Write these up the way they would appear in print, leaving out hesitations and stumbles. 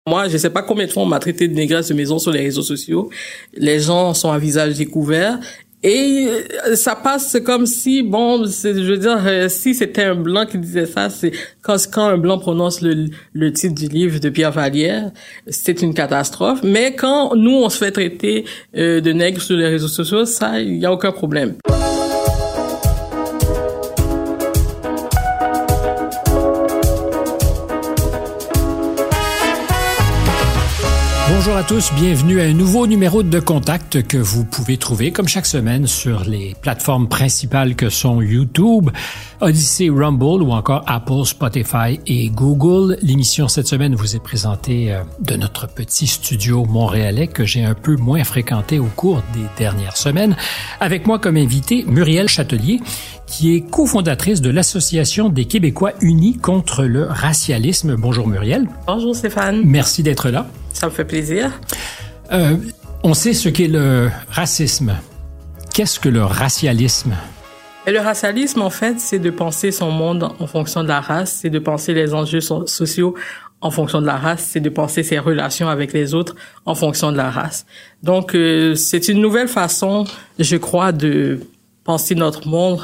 Moi, je sais pas combien de fois on m'a traité de négresse de maison sur les réseaux sociaux. Les gens sont à visage découvert. Et ça passe comme si, je veux dire, si c'était un blanc qui disait ça, c'est quand un blanc prononce le titre du livre de Pierre Vallière, c'est une catastrophe. Mais quand nous, on se fait traiter de nègres sur les réseaux sociaux, ça, il y a aucun problème. Bonjour à tous, bienvenue à un nouveau numéro de Contact que vous pouvez trouver comme chaque semaine sur les plateformes principales que sont YouTube, Odyssey, Rumble ou encore Apple, Spotify et Google. L'émission cette semaine vous est présentée de notre petit studio montréalais que j'ai un peu moins fréquenté au cours des dernières semaines. Avec moi comme invité, Muriel Chatelier, qui est cofondatrice de l'Association des Québécois unis contre le racialisme. Bonjour Muriel. Bonjour Stéphane. Merci d'être là. Ça me fait plaisir. On sait ce qu'est le racisme. Qu'est-ce que le racialisme? Et le racialisme, en fait, c'est de penser son monde en fonction de la race, c'est de penser les enjeux sociaux en fonction de la race, c'est de penser ses relations avec les autres en fonction de la race. Donc, c'est une nouvelle façon, je crois, de penser notre monde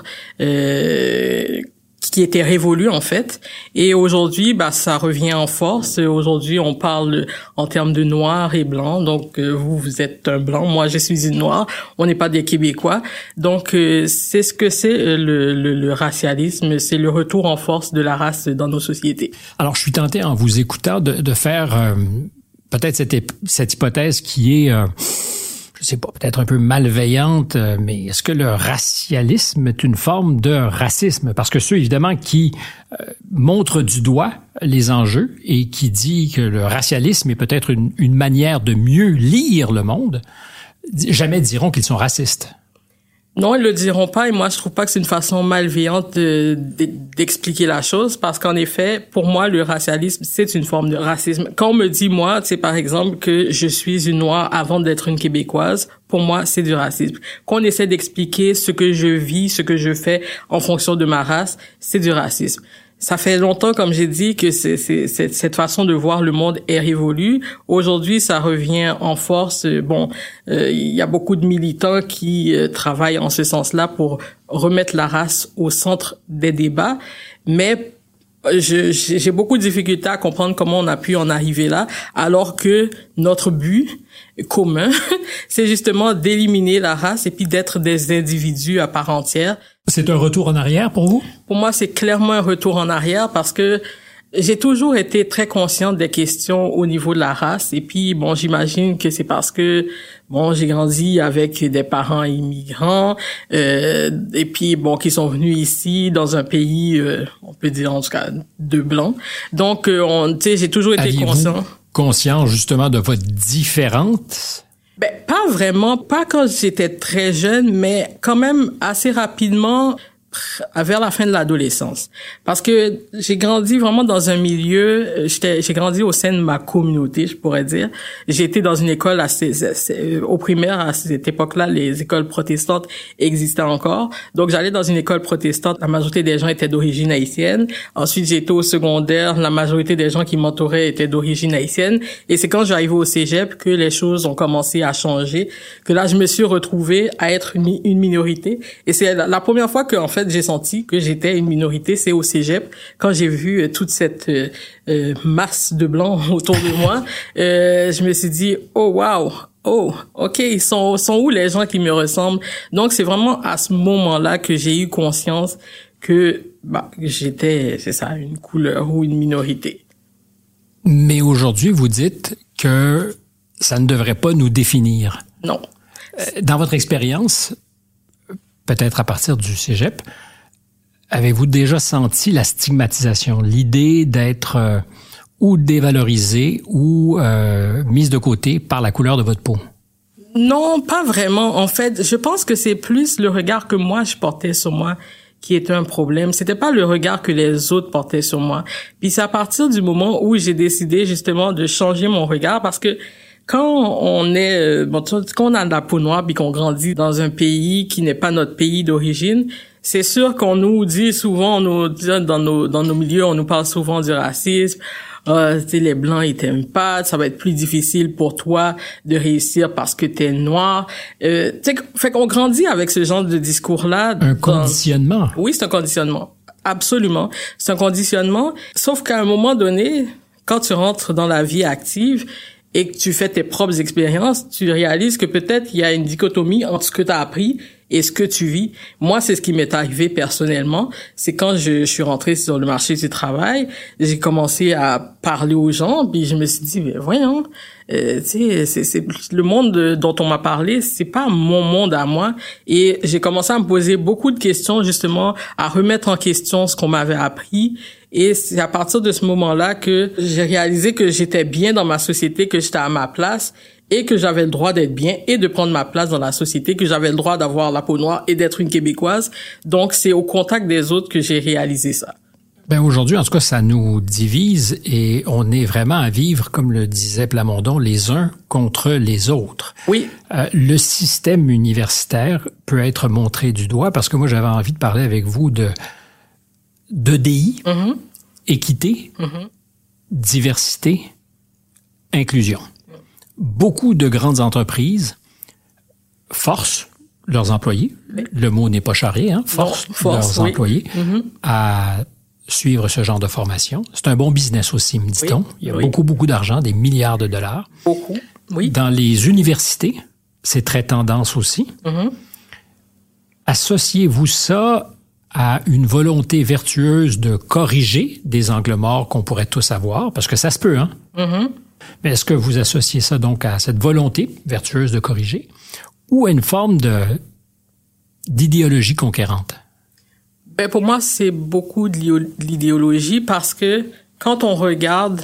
qui était révolu en fait, et aujourd'hui ça revient en force. Aujourd'hui on parle en termes de noir et blanc, donc vous êtes un blanc, moi je suis une noire, on n'est pas des Québécois, donc c'est ce que c'est le racialisme, c'est le retour en force de la race dans nos sociétés. Alors je suis tenté en vous écoutant de faire peut-être cette hypothèse qui est je sais pas, peut-être un peu malveillante, mais est-ce que le racialisme est une forme de racisme? Parce que ceux, évidemment, qui montrent du doigt les enjeux et qui dit que le racialisme est peut-être une manière de mieux lire le monde, jamais diront qu'ils sont racistes. Non, ils le diront pas, et moi je trouve pas que c'est une façon malveillante d'expliquer la chose, parce qu'en effet, pour moi, le racialisme, c'est une forme de racisme. Quand on me dit, moi, tu sais, par exemple, que je suis une noire avant d'être une Québécoise, pour moi, c'est du racisme. Quand on essaie d'expliquer ce que je vis, ce que je fais en fonction de ma race, c'est du racisme. Ça fait longtemps, comme j'ai dit, que cette façon de voir le monde est révolue. Aujourd'hui, ça revient en force. Il y a beaucoup de militants qui travaillent en ce sens-là pour remettre la race au centre des débats. Mais j'ai beaucoup de difficultés à comprendre comment on a pu en arriver là, alors que notre but commun, c'est justement d'éliminer la race et puis d'être des individus à part entière. C'est un retour en arrière pour vous? Pour moi, c'est clairement un retour en arrière parce que j'ai toujours été très consciente des questions au niveau de la race. Et puis, j'imagine que c'est parce que, j'ai grandi avec des parents immigrants, et puis, qui sont venus ici dans un pays, on peut dire en tout cas, de blancs. Donc, j'ai toujours été conscient justement de votre différence? Pas vraiment, pas quand j'étais très jeune, mais quand même assez rapidement vers la fin de l'adolescence. Parce que j'ai grandi vraiment dans un milieu, j'ai grandi au sein de ma communauté, je pourrais dire. J'ai été dans une école au primaire, à cette époque-là, les écoles protestantes existaient encore. Donc j'allais dans une école protestante, la majorité des gens étaient d'origine haïtienne. Ensuite, j'ai été au secondaire, la majorité des gens qui m'entouraient étaient d'origine haïtienne. Et c'est quand j'arrivais au cégep que les choses ont commencé à changer, que là, je me suis retrouvée à être une minorité. Et c'est la première fois que, en fait, j'ai senti que j'étais une minorité, c'est au cégep, quand j'ai vu toute cette masse de blancs autour de moi, je me suis dit, oh wow, oh ok, ils sont où les gens qui me ressemblent? Donc c'est vraiment à ce moment-là que j'ai eu conscience que j'étais, c'est ça, une couleur ou une minorité. Mais aujourd'hui, vous dites que ça ne devrait pas nous définir. Non. Dans votre expérience, peut-être à partir du cégep, avez-vous déjà senti la stigmatisation, l'idée d'être ou dévalorisé ou mise de côté par la couleur de votre peau? Non, pas vraiment. En fait, je pense que c'est plus le regard que moi je portais sur moi qui était un problème. C'était pas le regard que les autres portaient sur moi. Puis c'est à partir du moment où j'ai décidé justement de changer mon regard, parce que quand on est, quand on a de la peau noire puis qu'on grandit dans un pays qui n'est pas notre pays d'origine, c'est sûr qu'on nous dit souvent, dans nos milieux, on nous parle souvent du racisme. tu sais, les blancs ils t'aiment pas, ça va être plus difficile pour toi de réussir parce que t'es noir. Tu sais, fait qu'on grandit avec ce genre de discours-là. Un conditionnement. Oui, c'est un conditionnement. Absolument. C'est un conditionnement. Sauf qu'à un moment donné, quand tu rentres dans la vie active et que tu fais tes propres expériences, tu réalises que peut-être il y a une dichotomie entre ce que tu as appris et ce que tu vis. Moi, c'est ce qui m'est arrivé personnellement. C'est quand je suis rentré sur le marché du travail, j'ai commencé à parler aux gens, puis je me suis dit, mais voyons, tu sais, c'est le monde dont on m'a parlé, c'est pas mon monde à moi. Et j'ai commencé à me poser beaucoup de questions, justement, à remettre en question ce qu'on m'avait appris. Et c'est à partir de ce moment-là que j'ai réalisé que j'étais bien dans ma société, que j'étais à ma place et que j'avais le droit d'être bien et de prendre ma place dans la société, que j'avais le droit d'avoir la peau noire et d'être une Québécoise. Donc, c'est au contact des autres que j'ai réalisé ça. Ben aujourd'hui, en tout cas, ça nous divise et on est vraiment à vivre, comme le disait Plamondon, les uns contre les autres. Oui. Le système universitaire peut être montré du doigt parce que moi, j'avais envie de parler avec vous d'EDI, équité, diversité, inclusion. Beaucoup de grandes entreprises forcent leurs employés, le mot n'est pas charré, hein, forcent leurs employés à suivre ce genre de formation. C'est un bon business aussi, me dit-on. Oui. Il y a beaucoup d'argent, des milliards de dollars. Beaucoup, oui. Dans les universités, c'est très tendance aussi. Associez-vous ça à une volonté vertueuse de corriger des angles morts qu'on pourrait tous avoir, parce que ça se peut, hein? Mais est-ce que vous associez ça donc à cette volonté vertueuse de corriger ou à une forme d'idéologie conquérante? Ben pour moi, c'est beaucoup de l'idéologie parce que quand on regarde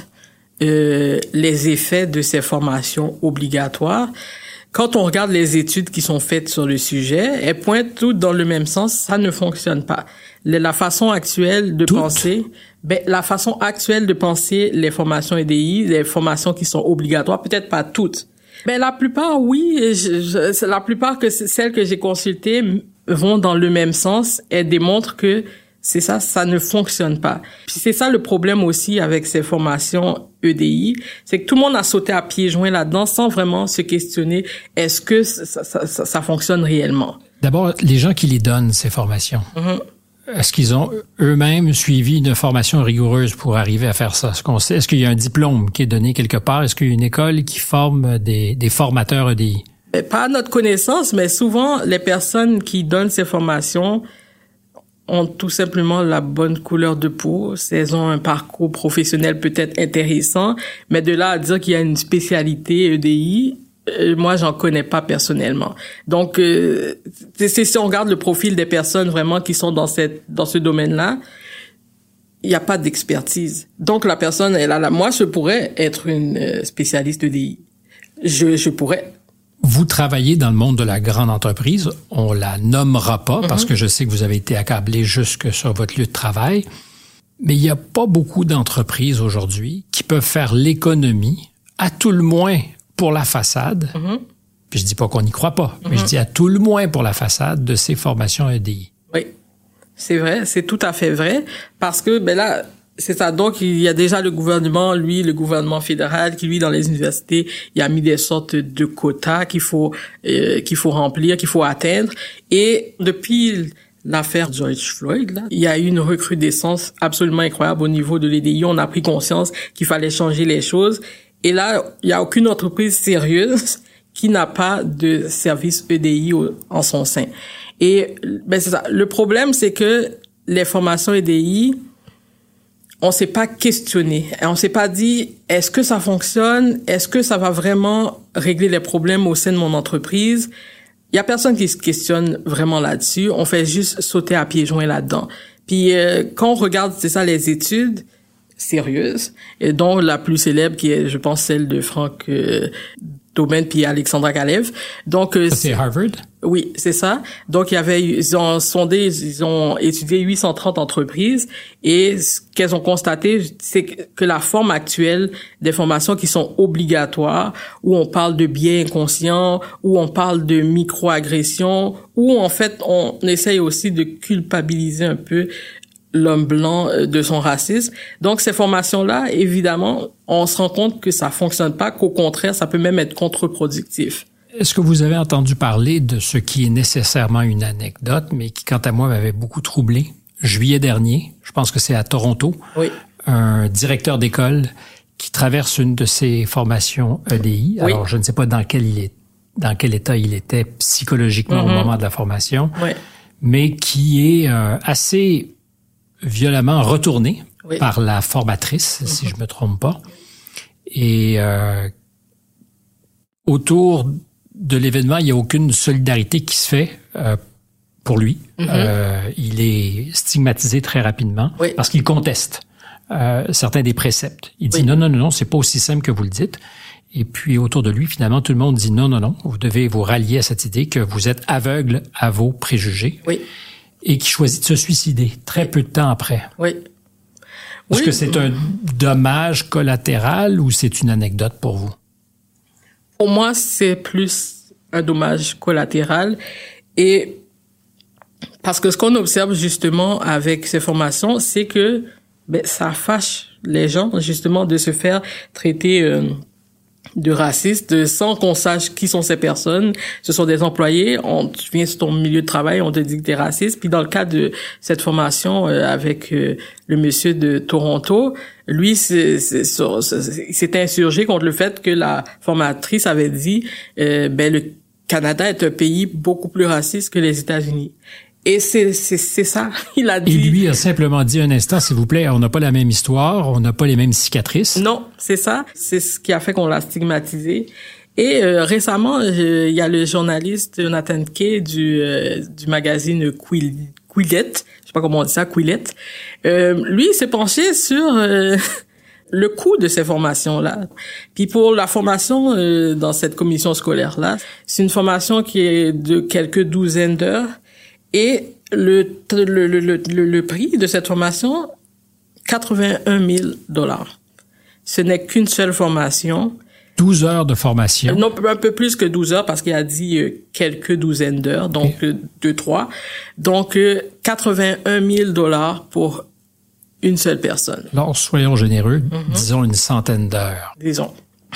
les effets de ces formations obligatoires, quand on regarde les études qui sont faites sur le sujet, elles pointent toutes dans le même sens, ça ne fonctionne pas. La façon actuelle de penser, la façon actuelle de penser les formations EDI, les formations qui sont obligatoires, peut-être pas toutes. La plupart, oui, la plupart que celles que j'ai consultées vont dans le même sens et démontrent que c'est ça, ça ne fonctionne pas. Puis c'est ça le problème aussi avec ces formations EDI, c'est que tout le monde a sauté à pieds joints là-dedans sans vraiment se questionner est-ce que ça fonctionne réellement. D'abord, les gens qui les donnent, ces formations, est-ce qu'ils ont eux-mêmes suivi une formation rigoureuse pour arriver à faire ça? Est-ce qu'il y a un diplôme qui est donné quelque part? Est-ce qu'il y a une école qui forme des formateurs EDI? Pas à notre connaissance, mais souvent, les personnes qui donnent ces formations ont tout simplement la bonne couleur de peau. Elles ont un parcours professionnel peut-être intéressant, mais de là à dire qu'il y a une spécialité EDI, moi, j'en connais pas personnellement. Donc, si on regarde le profil des personnes vraiment qui sont dans ce domaine-là, il n'y a pas d'expertise. Donc, la personne, moi, je pourrais être une spécialiste EDI. Je pourrais. Vous travaillez dans le monde de la grande entreprise. On la nommera pas parce que je sais que vous avez été accablé jusque sur votre lieu de travail. Mais il n'y a pas beaucoup d'entreprises aujourd'hui qui peuvent faire l'économie, à tout le moins pour la façade. Puis je dis pas qu'on n'y croit pas, mais je dis à tout le moins pour la façade de ces formations EDI. Oui, c'est vrai, c'est tout à fait vrai. Parce que, là, c'est ça. Donc, il y a déjà le gouvernement fédéral, qui, lui, dans les universités, il a mis des sortes de quotas qu'il faut remplir, qu'il faut atteindre. Et depuis l'affaire George Floyd, là, il y a eu une recrudescence absolument incroyable au niveau de l'EDI. On a pris conscience qu'il fallait changer les choses. Et là, il y a aucune entreprise sérieuse qui n'a pas de service EDI en son sein. Et, c'est ça. Le problème, c'est que les formations EDI, on s'est pas questionné. On s'est pas dit, est-ce que ça fonctionne? Est-ce que ça va vraiment régler les problèmes au sein de mon entreprise? Il y a personne qui se questionne vraiment là-dessus. On fait juste sauter à pieds joints là-dedans. Puis, quand on regarde, c'est ça, les études sérieuses, et dont la plus célèbre qui est, je pense, celle de Franck Domaine puis Alexandra Kalev. Donc, c'est Harvard? Oui, c'est ça. Donc, ils ont étudié 830 entreprises et ce qu'elles ont constaté, c'est que la forme actuelle des formations qui sont obligatoires, où on parle de biais inconscients, où on parle de microagressions, où en fait, on essaye aussi de culpabiliser un peu l'homme blanc de son racisme. Donc, ces formations-là, évidemment, on se rend compte que ça fonctionne pas, qu'au contraire, ça peut même être contre-productif. Est-ce que vous avez entendu parler de ce qui est nécessairement une anecdote, mais qui, quant à moi, m'avait beaucoup troublé? Juillet dernier, je pense que c'est à Toronto, oui. Un directeur d'école qui traverse une de ses formations EDI. Oui. Alors, je ne sais pas dans quel état il était psychologiquement au moment de la formation, oui. mais qui est assez violemment retourné oui. par la formatrice, si je me trompe pas. Et autour de l'événement, il n'y a aucune solidarité qui se fait pour lui. Il est stigmatisé très rapidement oui. parce qu'il conteste certains des préceptes. Il dit oui. non, c'est pas aussi simple que vous le dites. Et puis autour de lui, finalement, tout le monde dit non, vous devez vous rallier à cette idée que vous êtes aveugle à vos préjugés. Oui. Et qui choisit de se suicider très peu de temps après. Oui. Est-ce que c'est un dommage collatéral ou c'est une anecdote pour vous? Pour moi, c'est plus un dommage collatéral. Et parce que ce qu'on observe justement avec ces formations, c'est que ça fâche les gens justement de se faire traiter de racistes sans qu'on sache qui sont ces personnes. Ce sont des employés. Tu viens sur ton milieu de travail, on te dit que t'es raciste. Puis dans le cas de cette formation avec le monsieur de Toronto, lui, il s'est insurgé contre le fait que la formatrice avait dit le Canada est un pays beaucoup plus raciste que les États-Unis. Et c'est ça, il a dit. Et lui a simplement dit un instant, s'il vous plaît, on n'a pas la même histoire, on n'a pas les mêmes cicatrices. Non, c'est ça. C'est ce qui a fait qu'on l'a stigmatisé. Et récemment, il y a le journaliste Jonathan Kay du magazine Quillette, je sais pas comment on dit ça, Quillette. Lui, il s'est penché sur le coût de ces formations-là. Puis pour la formation dans cette commission scolaire-là, c'est une formation qui est de quelques douzaines d'heures. Et le prix de cette formation, $81 000. Ce n'est qu'une seule formation. 12 heures de formation. Non, un peu plus que 12 heures parce qu'il a dit quelques douzaines d'heures, donc 2-3. Donc, $81 000 pour une seule personne. Alors, soyons généreux, disons une centaine d'heures. Disons.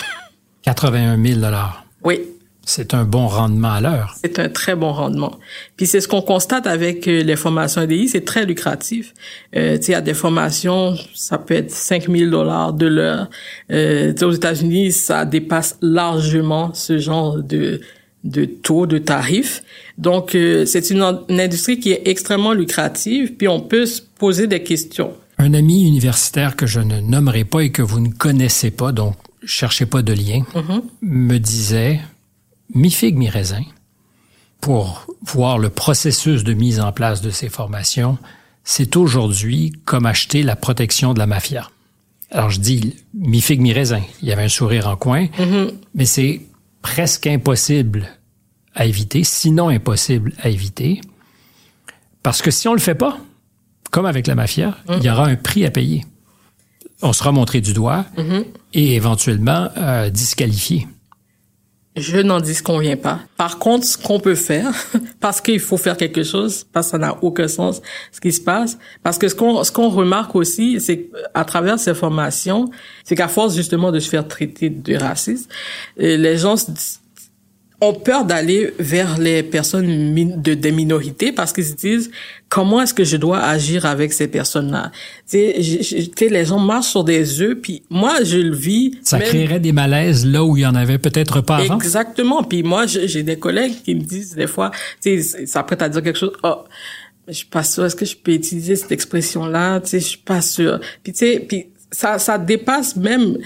$81 000. Oui. C'est un bon rendement à l'heure. C'est un très bon rendement. Puis c'est ce qu'on constate avec les formations EDI, c'est très lucratif. Tu sais, il y a des formations, ça peut être $5 000 de l'heure. Aux États-Unis, ça dépasse largement ce genre de taux, de tarifs. Donc, c'est une industrie qui est extrêmement lucrative, puis on peut se poser des questions. Un ami universitaire que je ne nommerai pas et que vous ne connaissez pas, donc cherchez pas de lien, me disait... mi-figue, mi-raisin, pour voir le processus de mise en place de ces formations, c'est aujourd'hui comme acheter la protection de la mafia. Alors je dis mi-figue, mi-raisin. Il y avait un sourire en coin, mais c'est presque impossible à éviter, sinon impossible à éviter, parce que si on le fait pas, comme avec la mafia, il y aura un prix à payer. On sera montré du doigt et éventuellement disqualifié. Je n'en disconviens pas. Par contre, ce qu'on peut faire, parce qu'il faut faire quelque chose, parce que ça n'a aucun sens ce qui se passe, parce que ce qu'on remarque aussi, c'est qu'à travers ces formations, c'est qu'à force justement de se faire traiter de raciste, les gens ont peur d'aller vers les personnes des minorités parce qu'ils se disent comment est-ce que je dois agir avec ces personnes-là. Tu sais, les gens marchent sur des œufs, puis moi je le vis. Ça créerait des malaises là où il y en avait peut-être pas avant. Exactement. Puis moi j'ai des collègues qui me disent des fois, tu sais, ça prête à dire quelque chose. Je suis pas sûre. Est-ce que je peux utiliser cette expression-là? Tu sais, je suis pas sûre. Puis tu sais, puis ça dépasse même.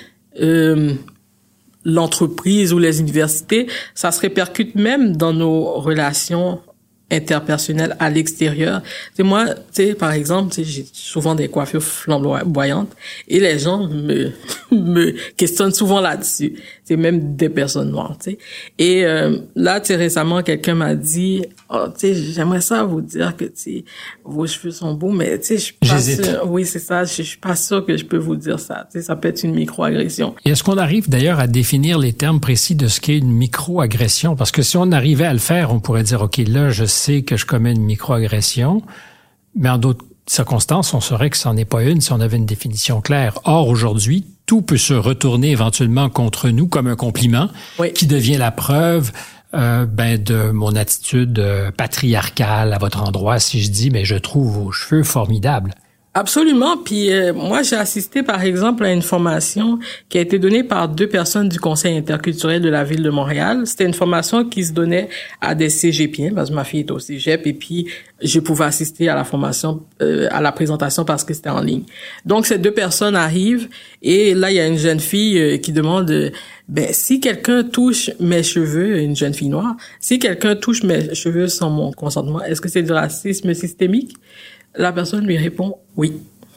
L'entreprise ou les universités, ça se répercute même dans nos relations interpersonnelles à l'extérieur. Tu sais, moi, tu sais, par exemple, tu sais, j'ai souvent des coiffures flamboyantes et les gens me questionnent souvent là-dessus. C'est même des personnes noires, tu sais. Et là, tu sais, récemment, quelqu'un m'a dit, tu sais, j'aimerais ça vous dire que, tu sais, vos cheveux sont beaux, mais tu sais, je suis pas sûre. Oui, c'est ça. Je suis pas sûre que je peux vous dire ça. Tu sais, ça peut être une microagression. Et est-ce qu'on arrive d'ailleurs à définir les termes précis de ce qu'est une microagression? Parce que si on arrivait à le faire, on pourrait dire, OK, là, je sais que je commets une microagression, mais en d'autres circonstances, on saurait que c'en est pas une si on avait une définition claire. Or, aujourd'hui, tout peut se retourner éventuellement contre nous comme un compliment qui devient la preuve de mon attitude patriarcale à votre endroit si je dis, mais je trouve vos cheveux formidables. Absolument. Puis moi, j'ai assisté, par exemple, à une formation qui a été donnée par 2 personnes du Conseil interculturel de la Ville de Montréal. C'était une formation qui se donnait à des cégepiens, parce que ma fille est au cégep, et puis je pouvais assister à la formation, à la présentation parce que c'était en ligne. Donc, ces 2 personnes arrivent, et là, il y a une jeune fille qui demande... si quelqu'un touche mes cheveux, une jeune fille noire, si quelqu'un touche mes cheveux sans mon consentement, est-ce que c'est du racisme systémique? La personne lui répond oui.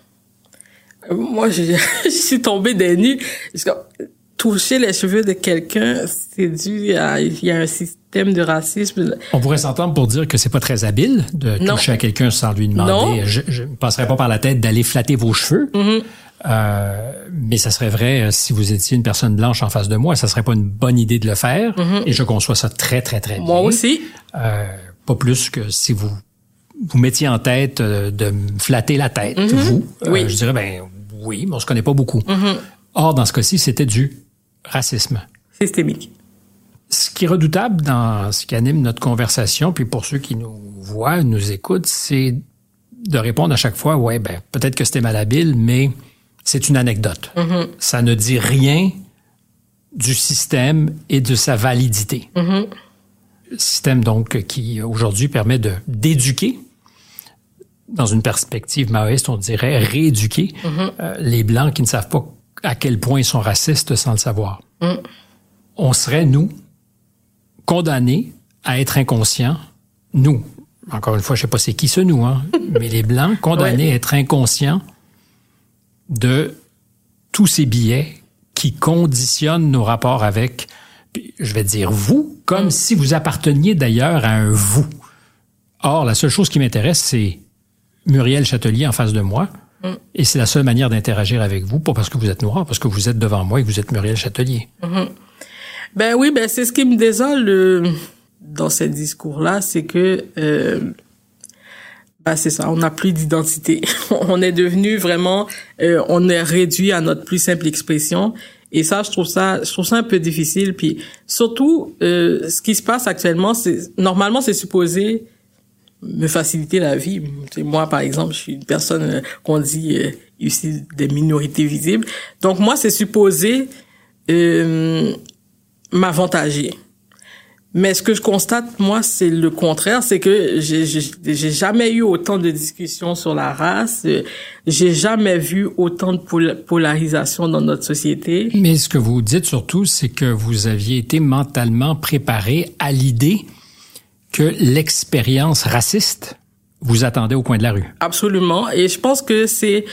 Moi, je suis tombée des nues. Toucher les cheveux de quelqu'un, c'est dû à... Il y a un système de racisme. On pourrait s'entendre pour dire que c'est pas très habile de toucher à quelqu'un sans lui demander. Non. Je ne passerais pas par la tête d'aller flatter vos cheveux. Mais ça serait vrai si vous étiez une personne blanche en face de moi, ça serait pas une bonne idée de le faire. Et je conçois ça très, très, très bien. Moi aussi. Pas plus que si vous mettiez en tête de me flatter la tête, vous. Oui. Je dirais, oui, mais on se connaît pas beaucoup. Or, dans ce cas-ci, c'était du racisme. Systémique. Ce qui est redoutable dans ce qui anime notre conversation, puis pour ceux qui nous voient, nous écoutent, c'est de répondre à chaque fois, peut-être que c'était malhabile, mais c'est une anecdote. Ça ne dit rien du système et de sa validité. Système, donc, qui, aujourd'hui, permet d'éduquer, dans une perspective maoïste, on dirait rééduquer les Blancs qui ne savent pas à quel point ils sont racistes sans le savoir. On serait, nous, condamnés à être inconscients, nous, encore une fois, je sais pas c'est qui ce nous, mais les Blancs condamnés à être inconscients de tous ces biais qui conditionnent nos rapports avec, je vais dire vous, comme si vous apparteniez d'ailleurs à un vous. Or, la seule chose qui m'intéresse, c'est Muriel Châtelier en face de moi, et c'est la seule manière d'interagir avec vous, pas parce que vous êtes noir, parce que vous êtes devant moi et que vous êtes Muriel Châtelier. C'est ce qui me désole dans ces discours-là, c'est que c'est ça, on n'a plus d'identité. On est devenu vraiment, on est réduit à notre plus simple expression. Et ça, je trouve ça un peu difficile. Puis surtout, ce qui se passe actuellement, normalement, c'est supposé me faciliter la vie. Moi, par exemple, je suis une personne qu'on dit issue des minorités visibles. Donc moi, c'est supposé m'avantager. Mais ce que je constate, moi, c'est le contraire, c'est que j'ai jamais eu autant de discussions sur la race, j'ai jamais vu autant de polarisation dans notre société. Mais ce que vous dites surtout, c'est que vous aviez été mentalement préparé à l'idée que l'expérience raciste vous attendait au coin de la rue. Absolument, et je pense que c'est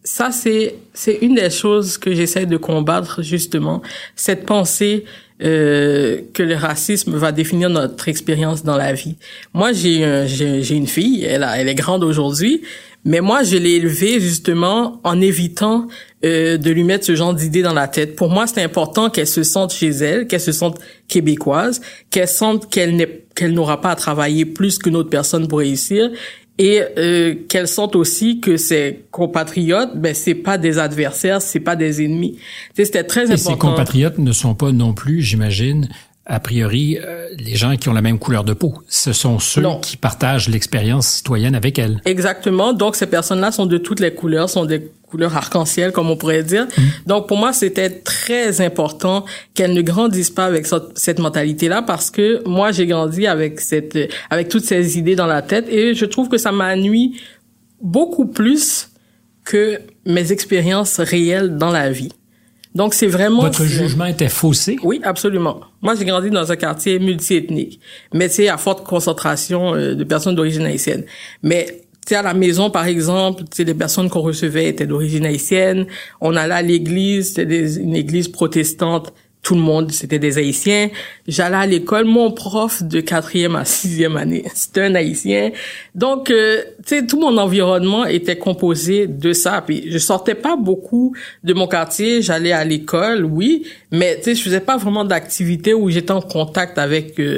une des choses que j'essaie de combattre, justement, cette pensée que le racisme va définir notre expérience dans la vie. Moi, j'ai une fille, elle est grande aujourd'hui, mais moi, je l'ai élevée justement en évitant de lui mettre ce genre d'idées dans la tête. Pour moi, c'est important qu'elle se sente chez elle, qu'elle se sente québécoise, qu'elle sente qu'elle n'aura pas à travailler plus qu'une autre personne pour réussir. Et qu'elle sente aussi que ses compatriotes, c'est pas des adversaires, c'est pas des ennemis. C'était très important. Et ses compatriotes ne sont pas non plus, j'imagine, a priori, les gens qui ont la même couleur de peau. Ce sont ceux qui partagent l'expérience citoyenne avec elle. Exactement. Donc, ces personnes-là sont de toutes les couleurs, sont des couleurs arc-en-ciel, comme on pourrait dire. Donc, pour moi, c'était très important qu'elles ne grandissent pas avec cette mentalité-là, parce que moi, j'ai grandi avec toutes ces idées dans la tête, et je trouve que ça m'a nui beaucoup plus que mes expériences réelles dans la vie. Donc, c'est vraiment... Votre jugement était faussé? Oui, absolument. Moi, j'ai grandi dans un quartier multiethnique, mais c'est à forte concentration de personnes d'origine haïtienne. Mais à la maison, par exemple, les personnes qu'on recevait étaient d'origine haïtienne. On allait à l'église, c'était une église protestante. Tout le monde, c'était des Haïtiens. J'allais à l'école, mon prof de 4e à 6e année, c'était un Haïtien. Donc, tout mon environnement était composé de ça. Puis, je sortais pas beaucoup de mon quartier. J'allais à l'école, oui, mais je faisais pas vraiment d'activité où j'étais en contact avec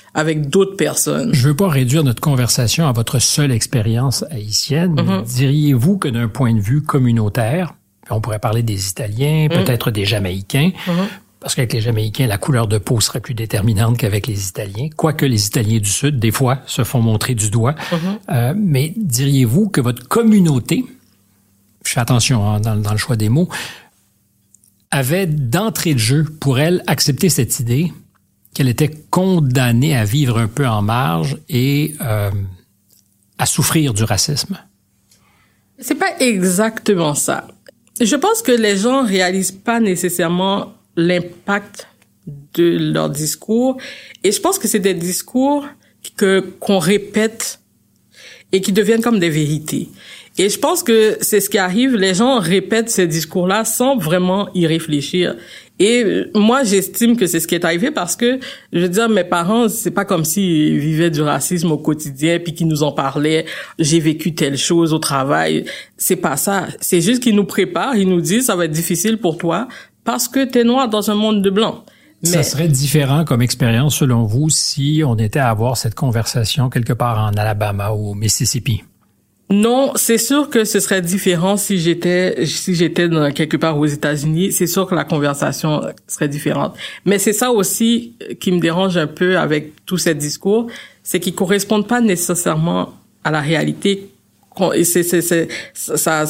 avec d'autres personnes. Je veux pas réduire notre conversation à votre seule expérience haïtienne. Diriez-vous que d'un point de vue communautaire, on pourrait parler des Italiens, peut-être des Jamaïcains, parce qu'avec les Jamaïcains, la couleur de peau serait plus déterminante qu'avec les Italiens, quoique les Italiens du Sud, des fois, se font montrer du doigt. Mais diriez-vous que votre communauté, je fais attention dans le choix des mots, avait d'entrée de jeu, pour elle, accepté cette idée qu'elle était condamnée à vivre un peu en marge et à souffrir du racisme? C'est pas exactement ça. Je pense que les gens réalisent pas nécessairement l'impact de leur discours, et je pense que c'est des discours qu'on répète et qui deviennent comme des vérités. Et je pense que c'est ce qui arrive, les gens répètent ces discours-là sans vraiment y réfléchir. Et moi, j'estime que c'est ce qui est arrivé parce que, je veux dire, mes parents, c'est pas comme s'ils vivaient du racisme au quotidien puis qu'ils nous en parlaient. J'ai vécu telle chose au travail. C'est pas ça. C'est juste qu'ils nous préparent, ils nous disent ça va être difficile pour toi parce que t'es noir dans un monde de blancs. Mais ça serait différent comme expérience, selon vous, si on était à avoir cette conversation quelque part en Alabama ou au Mississippi? Non, c'est sûr que ce serait différent si j'étais dans quelque part aux États-Unis. C'est sûr que la conversation serait différente. Mais c'est ça aussi qui me dérange un peu avec tous ces discours, c'est qu'ils correspondent pas nécessairement à la réalité. Et ça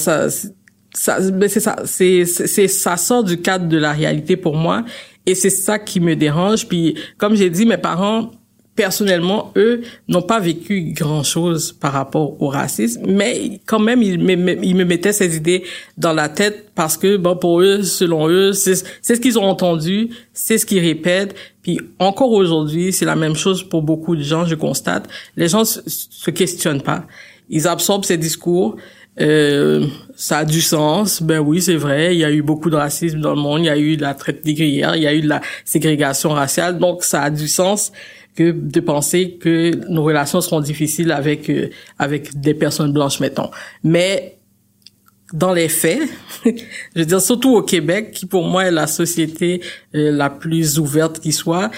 sort du cadre de la réalité pour moi. Et c'est ça qui me dérange. Puis, comme j'ai dit, mes parents, personnellement, eux, n'ont pas vécu grand-chose par rapport au racisme, mais quand même, ils me mettaient ces idées dans la tête parce que, bon, pour eux, selon eux, c'est ce qu'ils ont entendu, c'est ce qu'ils répètent. Puis encore aujourd'hui, c'est la même chose pour beaucoup de gens, je constate. Les gens se questionnent pas. Ils absorbent ces discours. Ça a du sens. Ben oui, c'est vrai. Il y a eu beaucoup de racisme dans le monde. Il y a eu la traite négrière. Il y a eu de la ségrégation raciale. Donc, ça a du sens que de penser que nos relations seront difficiles avec des personnes blanches, mettons. Mais dans les faits, je veux dire, surtout au Québec, qui pour moi est la société la plus ouverte qui soit,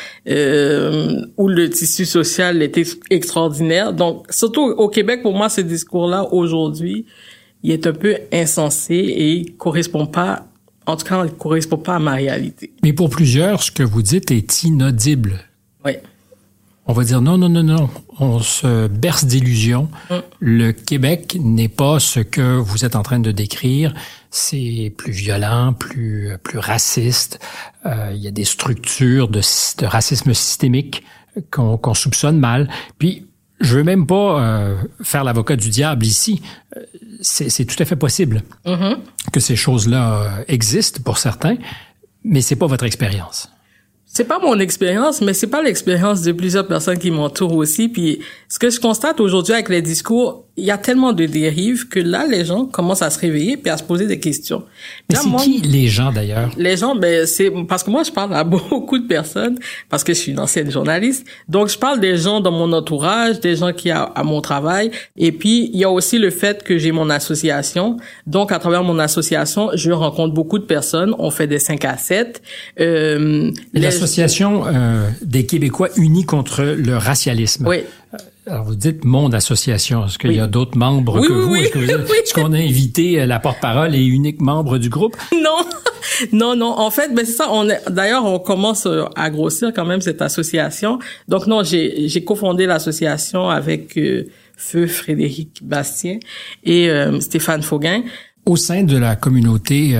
où le tissu social est extraordinaire. Donc, surtout au Québec, pour moi, ce discours-là, aujourd'hui, il est un peu insensé et il correspond pas, en tout cas, il correspond pas à ma réalité. Mais pour plusieurs, ce que vous dites est inaudible. Oui. On va dire non. On se berce d'illusions. Le Québec n'est pas ce que vous êtes en train de décrire. C'est plus violent, plus raciste. Il y a des structures de racisme systémique qu'on soupçonne mal. Puis, je veux même pas faire l'avocat du diable ici. C'est tout à fait possible que ces choses-là existent pour certains, mais c'est pas votre expérience. C'est pas mon expérience, mais c'est pas l'expérience de plusieurs personnes qui m'entourent aussi. Puis, ce que je constate aujourd'hui avec les discours, il y a tellement de dérives que là, les gens commencent à se réveiller puis à se poser des questions. Mais là, c'est qui les gens, d'ailleurs? Les gens, ben, c'est parce que moi, je parle à beaucoup de personnes parce que je suis une ancienne journaliste. Donc, je parle des gens dans mon entourage, des gens qui à mon travail. Et puis, il y a aussi le fait que j'ai mon association. Donc, à travers mon association, je rencontre beaucoup de personnes. On fait des 5 à 7. L'Association des Québécois unis contre le racialisme. Oui. Alors, vous dites mon association. Est-ce qu'il y a d'autres membres que vous? Oui. Est-ce qu'on a invité la porte-parole et unique membre du groupe? Non. En fait, ben c'est ça. D'ailleurs, on commence à grossir quand même cette association. Donc non, j'ai cofondé l'association avec Feu Frédéric Bastien et Stéphane Fauguin. Au sein de la communauté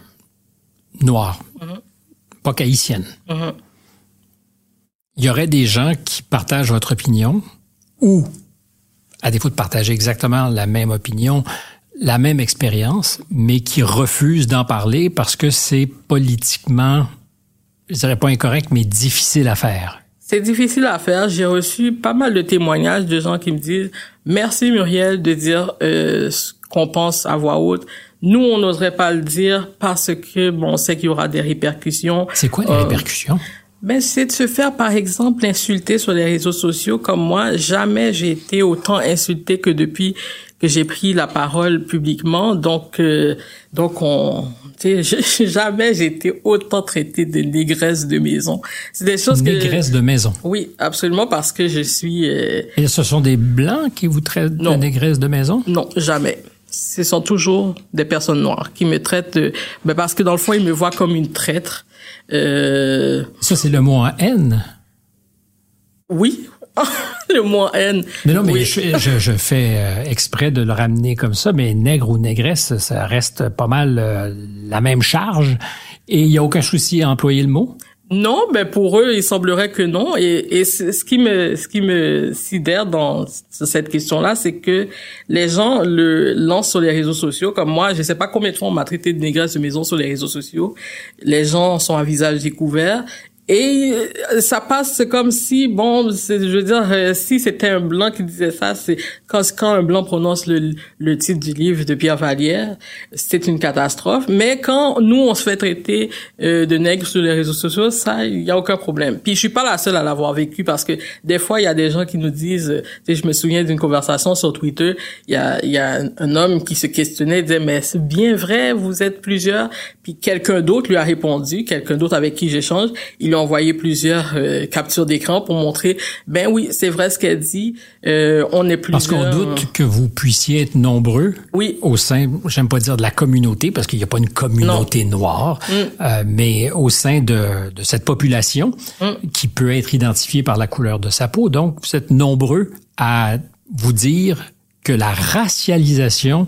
noire, pas haïtienne. Il y aurait des gens qui partagent votre opinion ou, à défaut de partager exactement la même opinion, la même expérience, mais qui refusent d'en parler parce que c'est politiquement, je dirais pas incorrect, mais difficile à faire. C'est difficile à faire. J'ai reçu pas mal de témoignages de gens qui me disent « Merci Muriel de dire ce qu'on pense à voix haute. Nous, on n'oserait pas le dire parce que bon, on sait qu'il y aura des répercussions. » C'est quoi les répercussions? Ben, c'est de se faire, par exemple, insulter sur les réseaux sociaux. Comme moi, jamais j'ai été autant insultée que depuis que j'ai pris la parole publiquement. Donc jamais j'ai été autant traitée de négresse de maison. C'est des choses négresse de maison. Oui, absolument, parce que je suis... Et ce sont des Blancs qui vous traitent de négresse de maison? Non, jamais. Ce sont toujours des personnes noires qui me traitent parce que dans le fond, ils me voient comme une traître. Ça, c'est le mot en haine? Oui. Le mot en haine. Non, mais oui. je fais exprès de le ramener comme ça, mais nègre ou négresse, ça reste pas mal la même charge. Et il n'y a aucun souci à employer le mot? Non, ben pour eux, il semblerait que non. Et ce qui me sidère dans cette question-là, c'est que les gens le lancent sur les réseaux sociaux. Comme moi, je sais pas combien de fois on m'a traité de négresse de maison sur les réseaux sociaux. Les gens sont à visage découvert. Et ça passe comme si, je veux dire, si c'était un Blanc qui disait ça, c'est quand un Blanc prononce le titre du livre de Pierre Vallière, c'est une catastrophe. Mais quand nous, on se fait traiter de nègre sur les réseaux sociaux, ça, il y a aucun problème. Puis je suis pas la seule à l'avoir vécu, parce que des fois, il y a des gens qui nous disent, je me souviens d'une conversation sur Twitter, il y a un homme qui se questionnait, il disait, mais c'est bien vrai, vous êtes plusieurs. Puis quelqu'un d'autre lui a répondu, quelqu'un d'autre avec qui j'échange, il lui a envoyé plusieurs captures d'écran pour montrer, ben oui, c'est vrai ce qu'elle dit, on est plusieurs. Parce qu'on doute que vous puissiez être nombreux au sein, j'aime pas dire de la communauté, parce qu'il n'y a pas une communauté noire, mais au sein de cette population qui peut être identifiée par la couleur de sa peau. Donc, vous êtes nombreux à vous dire que la racialisation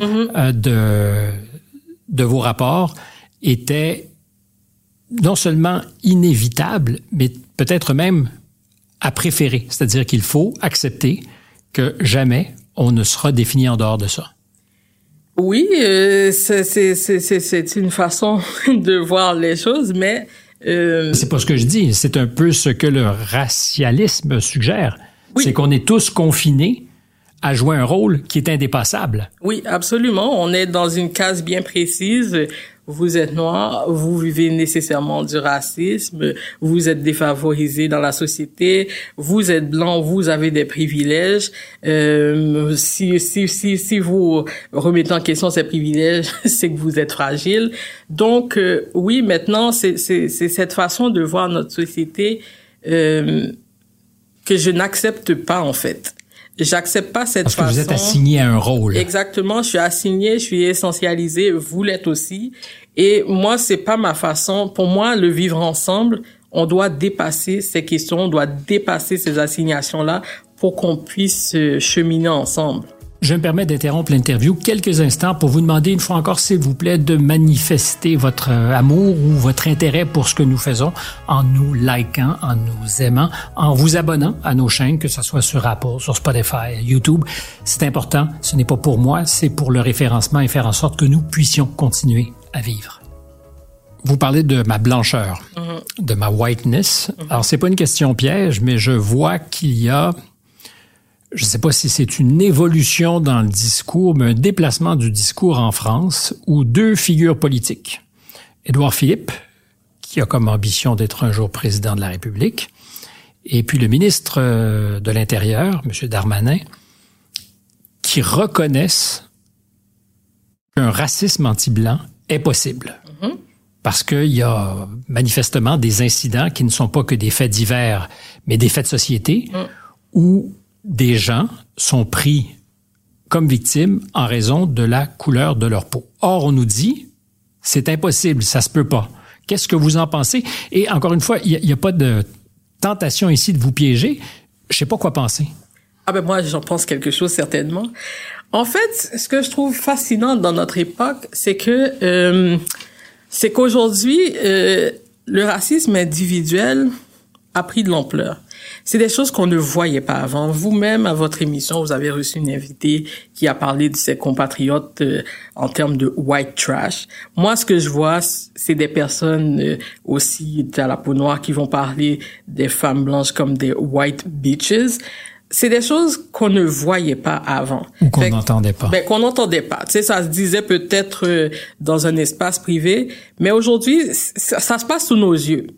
de vos rapports était non seulement inévitable, mais peut-être même à préférer. C'est-à-dire qu'il faut accepter que jamais on ne sera défini en dehors de ça. Oui, c'est une façon de voir les choses, mais... C'est pas ce que je dis. C'est un peu ce que le racialisme suggère. Oui. C'est qu'on est tous confinés à jouer un rôle qui est indépassable. Oui, absolument. On est dans une case bien précise. Vous êtes noir, vous vivez nécessairement du racisme, vous êtes défavorisé dans la société, vous êtes blanc, vous avez des privilèges. Si vous remettez en question ces privilèges, c'est que vous êtes fragile. Donc, oui, maintenant, c'est cette façon de voir notre société que je n'accepte pas, en fait. J'accepte pas cette façon. Parce que vous êtes assigné à un rôle. Exactement. Je suis assigné, je suis essentialisé. Vous l'êtes aussi. Et moi, c'est pas ma façon. Pour moi, le vivre ensemble, on doit dépasser ces questions, on doit dépasser ces assignations-là pour qu'on puisse cheminer ensemble. Je me permets d'interrompre l'interview quelques instants pour vous demander une fois encore, s'il vous plaît, de manifester votre amour ou votre intérêt pour ce que nous faisons en nous likant, en nous aimant, en vous abonnant à nos chaînes, que ce soit sur Apple, sur Spotify, YouTube. C'est important. Ce n'est pas pour moi, c'est pour le référencement et faire en sorte que nous puissions continuer à vivre. Vous parlez de ma blancheur, de ma whiteness. Alors, c'est pas une question piège, mais je vois qu'il y a... Je ne sais pas si c'est une évolution dans le discours, mais un déplacement du discours en France où deux figures politiques, Édouard Philippe, qui a comme ambition d'être un jour président de la République, et puis le ministre de l'Intérieur, M. Darmanin, qui reconnaissent qu'un racisme anti-blanc est possible. Parce qu'il y a manifestement des incidents qui ne sont pas que des faits divers, mais des faits de société où des gens sont pris comme victimes en raison de la couleur de leur peau. Or, on nous dit, c'est impossible, ça se peut pas. Qu'est-ce que vous en pensez? Et encore une fois, il n'y a pas de tentation ici de vous piéger. Je sais pas quoi penser. Ah ben moi, j'en pense quelque chose certainement. En fait, ce que je trouve fascinant dans notre époque, c'est qu'aujourd'hui, le racisme individuel a pris de l'ampleur. C'est des choses qu'on ne voyait pas avant. Vous-même, à votre émission, vous avez reçu une invitée qui a parlé de ses compatriotes en termes de white trash. Moi, ce que je vois, c'est des personnes aussi à la peau noire qui vont parler des femmes blanches comme des white bitches. C'est des choses qu'on ne voyait pas avant. Ou qu'on n'entendait pas. Ben, qu'on n'entendait pas. Tu sais, ça se disait peut-être dans un espace privé, mais aujourd'hui, ça se passe sous nos yeux.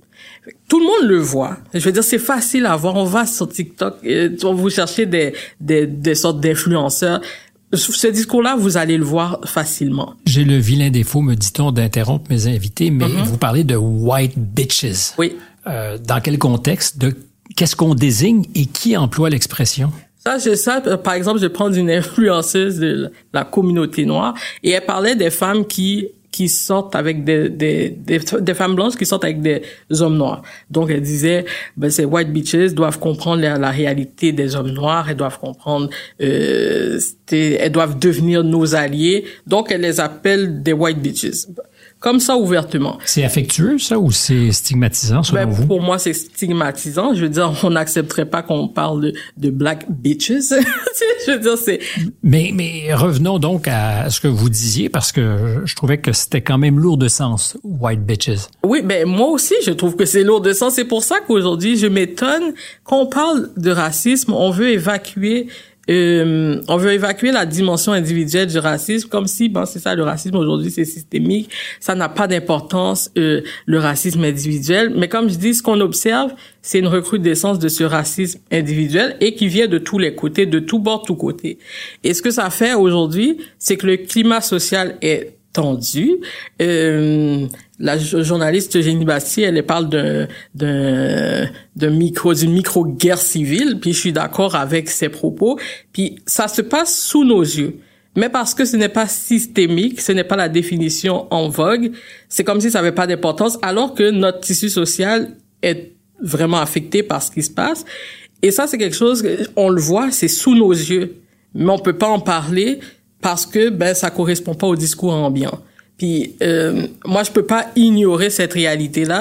Tout le monde le voit. Je veux dire, c'est facile à voir. On va sur TikTok, vous cherchez des sortes d'influenceurs. Ce discours-là, vous allez le voir facilement. J'ai le vilain défaut, me dit-on, d'interrompre mes invités, mais vous parlez de white bitches. Oui. Dans quel contexte? Qu'est-ce qu'on désigne et qui emploie l'expression? Par exemple, je vais prendre une influenceuse de la communauté noire et elle parlait des femmes qui sortent avec des femmes blanches qui sortent avec des hommes noirs. Donc, elle disait, ces white bitches doivent comprendre la réalité des hommes noirs, elles doivent comprendre, elles doivent devenir nos alliés. Donc, elle les appelle des white bitches. Comme ça, ouvertement. C'est affectueux, ça, ou c'est stigmatisant, selon vous? Pour moi, c'est stigmatisant. Je veux dire, on n'accepterait pas qu'on parle de black bitches. Je veux dire, c'est... Mais revenons donc à ce que vous disiez, parce que je trouvais que c'était quand même lourd de sens, white bitches. Oui, moi aussi, je trouve que c'est lourd de sens. C'est pour ça qu'aujourd'hui, je m'étonne qu'on parle de racisme. On veut évacuer la dimension individuelle du racisme comme si, c'est ça, le racisme aujourd'hui, c'est systémique. Ça n'a pas d'importance, le racisme individuel. Mais comme je dis, ce qu'on observe, c'est une recrudescence de ce racisme individuel et qui vient de tous les côtés, de tous bords, tous côtés. Et ce que ça fait aujourd'hui, c'est que le climat social est tendu. La journaliste Eugénie Bastier, elle parle d'une micro-guerre civile, puis je suis d'accord avec ses propos. Puis ça se passe sous nos yeux. Mais parce que ce n'est pas systémique, ce n'est pas la définition en vogue, c'est comme si ça n'avait pas d'importance, alors que notre tissu social est vraiment affecté par ce qui se passe. Et ça, c'est quelque chose, on le voit, c'est sous nos yeux. Mais on peut pas en parler parce que ça correspond pas au discours ambiant. Puis moi, je peux pas ignorer cette réalité-là.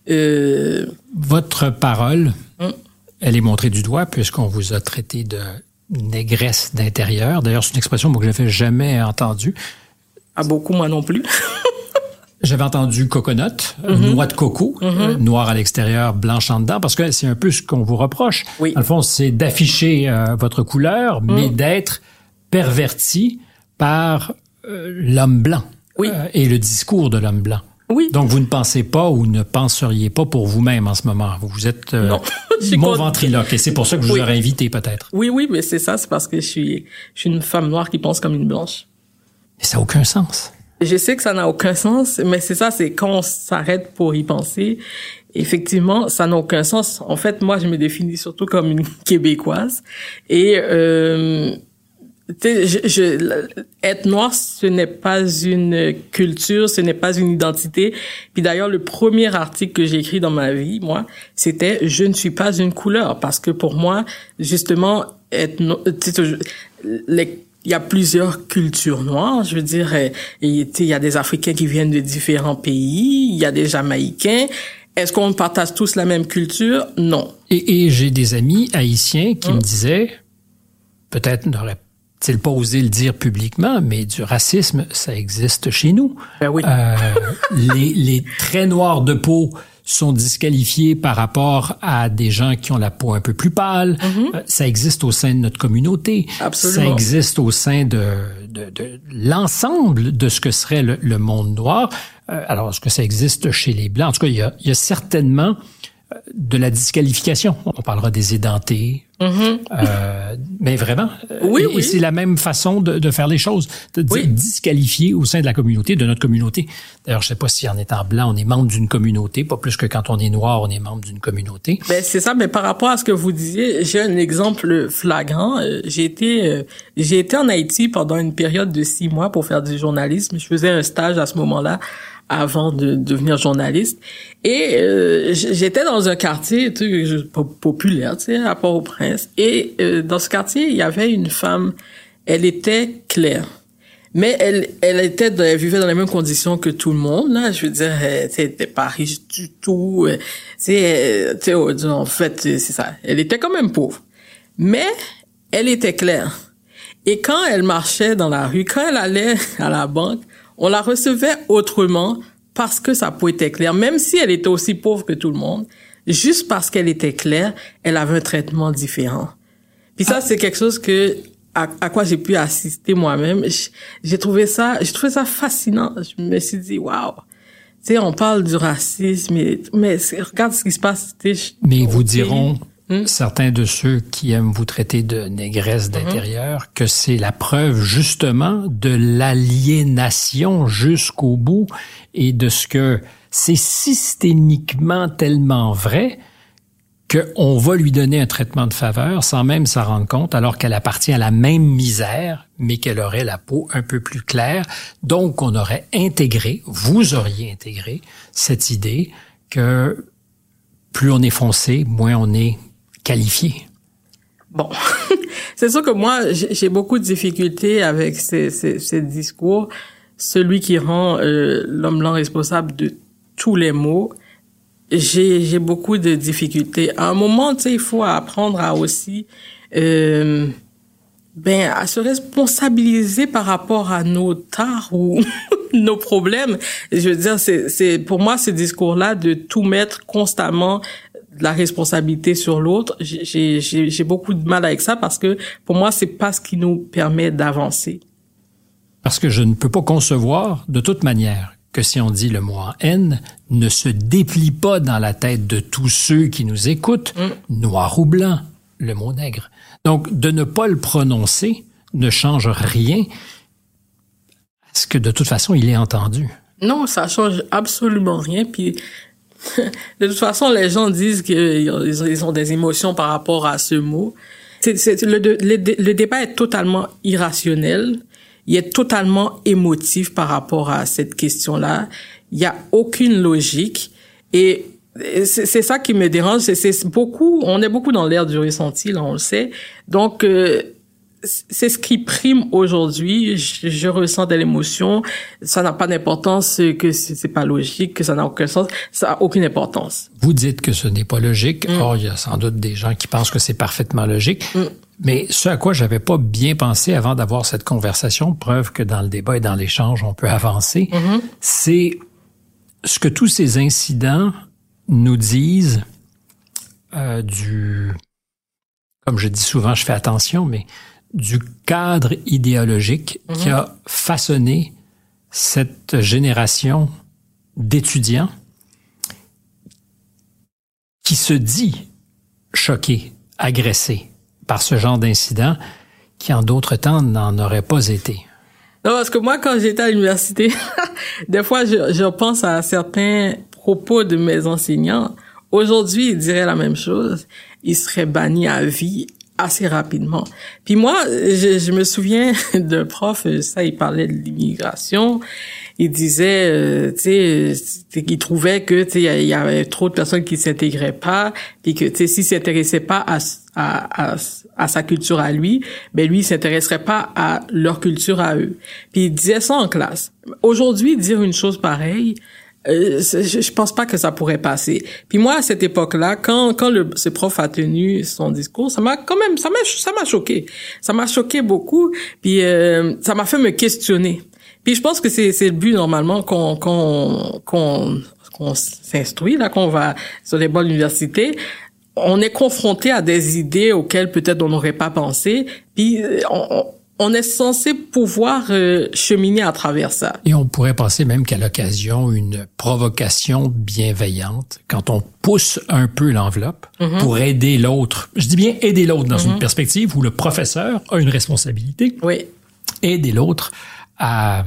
Votre parole, elle est montrée du doigt puisqu'on vous a traité de négresse d'intérieur. D'ailleurs, c'est une expression que je n'avais jamais entendue. Ah, beaucoup, moi non plus. J'avais entendu coconut, noix de coco, noir à l'extérieur, blanche en dedans, parce que c'est un peu ce qu'on vous reproche. Oui. Dans le fond, c'est d'afficher votre couleur, mais d'être perverti par l'homme blanc. Oui. Et le discours de l'homme blanc. Oui. Donc, vous ne pensez pas ou ne penseriez pas pour vous-même en ce moment. Vous êtes mon ventriloque et c'est pour ça que je vous aurais invité peut-être. Oui, mais c'est ça, c'est parce que je suis une femme noire qui pense comme une blanche. Mais ça n'a aucun sens. Je sais que ça n'a aucun sens, mais c'est ça, c'est quand on s'arrête pour y penser, effectivement, ça n'a aucun sens. En fait, moi, je me définis surtout comme une Québécoise et être noir, ce n'est pas une culture, ce n'est pas une identité. Puis d'ailleurs, le premier article que j'ai écrit dans ma vie, moi, c'était « Je ne suis pas une couleur ». Parce que pour moi, justement, il y a plusieurs cultures noires, je veux dire, il y a des Africains qui viennent de différents pays, il y a des Jamaïcains. Est-ce qu'on partage tous la même culture? Non. Et j'ai des amis haïtiens qui me disaient, peut-être n'aurait-il pas osé le dire publiquement, mais du racisme, ça existe chez nous. Ben oui. Les traits noirs de peau sont disqualifiés par rapport à des gens qui ont la peau un peu plus pâle. Ça existe au sein de notre communauté. Absolument. Ça existe au sein de l'ensemble de ce que serait le monde noir. Alors, est-ce que ça existe chez les Blancs? En tout cas, il y a certainement de la disqualification. On parlera des édentés. Mais vraiment. Oui. Et c'est la même façon de faire les choses. De disqualifier au sein de la communauté, de notre communauté. D'ailleurs, je sais pas si en étant blanc, on est membre d'une communauté, pas plus que quand on est noir, on est membre d'une communauté. Ben, c'est ça. Mais par rapport à ce que vous disiez, j'ai un exemple flagrant. J'ai été en Haïti pendant une période de 6 mois pour faire du journalisme. Je faisais un stage à ce moment-là, avant de devenir journaliste. Et j'étais dans un quartier populaire, à Port-au-Prince. Et dans ce quartier, il y avait une femme, elle était claire. Mais elle vivait dans les mêmes conditions que tout le monde, là. Je veux dire, elle était pas riche du tout. En fait, c'est ça. Elle était quand même pauvre. Mais elle était claire. Et quand elle marchait dans la rue, quand elle allait à la banque, on la recevait autrement parce que sa peau était claire. Même si elle était aussi pauvre que tout le monde, juste parce qu'elle était claire, elle avait un traitement différent. Puis ça, c'est quelque chose à quoi j'ai pu assister moi-même. J'ai trouvé ça fascinant. Je me suis dit, waouh. sais, on parle du racisme, mais regarde ce qui se passe. Mais vous diront, certains de ceux qui aiment vous traiter de négresse d'intérieur, que c'est la preuve justement de l'aliénation jusqu'au bout et de ce que c'est systémiquement tellement vrai qu'on va lui donner un traitement de faveur sans même s'en rendre compte, alors qu'elle appartient à la même misère, mais qu'elle aurait la peau un peu plus claire. Donc, on aurait intégré, vous auriez intégré cette idée que plus on est foncé, moins on est qualifié. Bon, c'est sûr que moi, j'ai beaucoup de difficultés avec ces discours. Celui qui rend l'homme blanc responsable de tous les maux. J'ai beaucoup de difficultés. À un moment, tu sais, il faut apprendre à aussi, à se responsabiliser par rapport à nos tares ou nos problèmes. Je veux dire, c'est pour moi ce discours-là de tout mettre constamment la responsabilité sur l'autre. J'ai beaucoup de mal avec ça parce que pour moi, c'est pas ce qui nous permet d'avancer. Parce que je ne peux pas concevoir de toute manière que si on dit le mot en haine, ne se déplie pas dans la tête de tous ceux qui nous écoutent, noir ou blanc, le mot nègre. Donc, de ne pas le prononcer ne change rien, parce que de toute façon, il est entendu. Non, ça change absolument rien. Puis, de toute façon, les gens disent qu'ils ont des émotions par rapport à ce mot. Le débat est totalement irrationnel. Il est totalement émotif par rapport à cette question-là. Il y a aucune logique. Et c'est ça qui me dérange. On est beaucoup dans l'ère du ressenti, là, on le sait. Donc, c'est ce qui prime aujourd'hui. Je ressens de l'émotion. Ça n'a pas d'importance, que c'est pas logique, que ça n'a aucun sens. Ça a aucune importance. Vous dites que ce n'est pas logique. Or, il y a sans doute des gens qui pensent que c'est parfaitement logique. Mais ce à quoi j'avais pas bien pensé avant d'avoir cette conversation, preuve que dans le débat et dans l'échange, on peut avancer, c'est ce que tous ces incidents nous disent comme je dis souvent, je fais attention, mais du cadre idéologique qui a façonné cette génération d'étudiants qui se dit choqués, agressés par ce genre d'incident qui, en d'autres temps, n'en aurait pas été. Non, parce que moi, quand j'étais à l'université, des fois, je pense à certains propos de mes enseignants. Aujourd'hui, ils diraient la même chose. Ils seraient bannis à vie assez rapidement. Puis moi, je me souviens d'un prof, ça, il parlait de l'immigration. Il disait, tu sais, qu'il trouvait que, tu sais, il y avait trop de personnes qui s'intégraient pas, puis que, tu sais, s'ils s'intéressaient pas à sa culture à lui, ben lui, il s'intéresserait pas à leur culture à eux. Puis il disait ça en classe. Aujourd'hui, dire une chose pareille, je pense pas que ça pourrait passer. Puis moi, à cette époque-là, quand ce prof a tenu son discours, ça m'a choqué. Ça m'a choqué beaucoup. Puis ça m'a fait me questionner. Puis je pense que c'est le but normalement qu'on s'instruit là, qu'on va sur les bancs de l'université. On est confronté à des idées auxquelles peut-être on n'aurait pas pensé. Puis on est censé pouvoir cheminer à travers ça. Et on pourrait penser même qu'à l'occasion, une provocation bienveillante, quand on pousse un peu l'enveloppe pour aider l'autre. Je dis bien aider l'autre dans une perspective où le professeur a une responsabilité. Oui. Aider l'autre à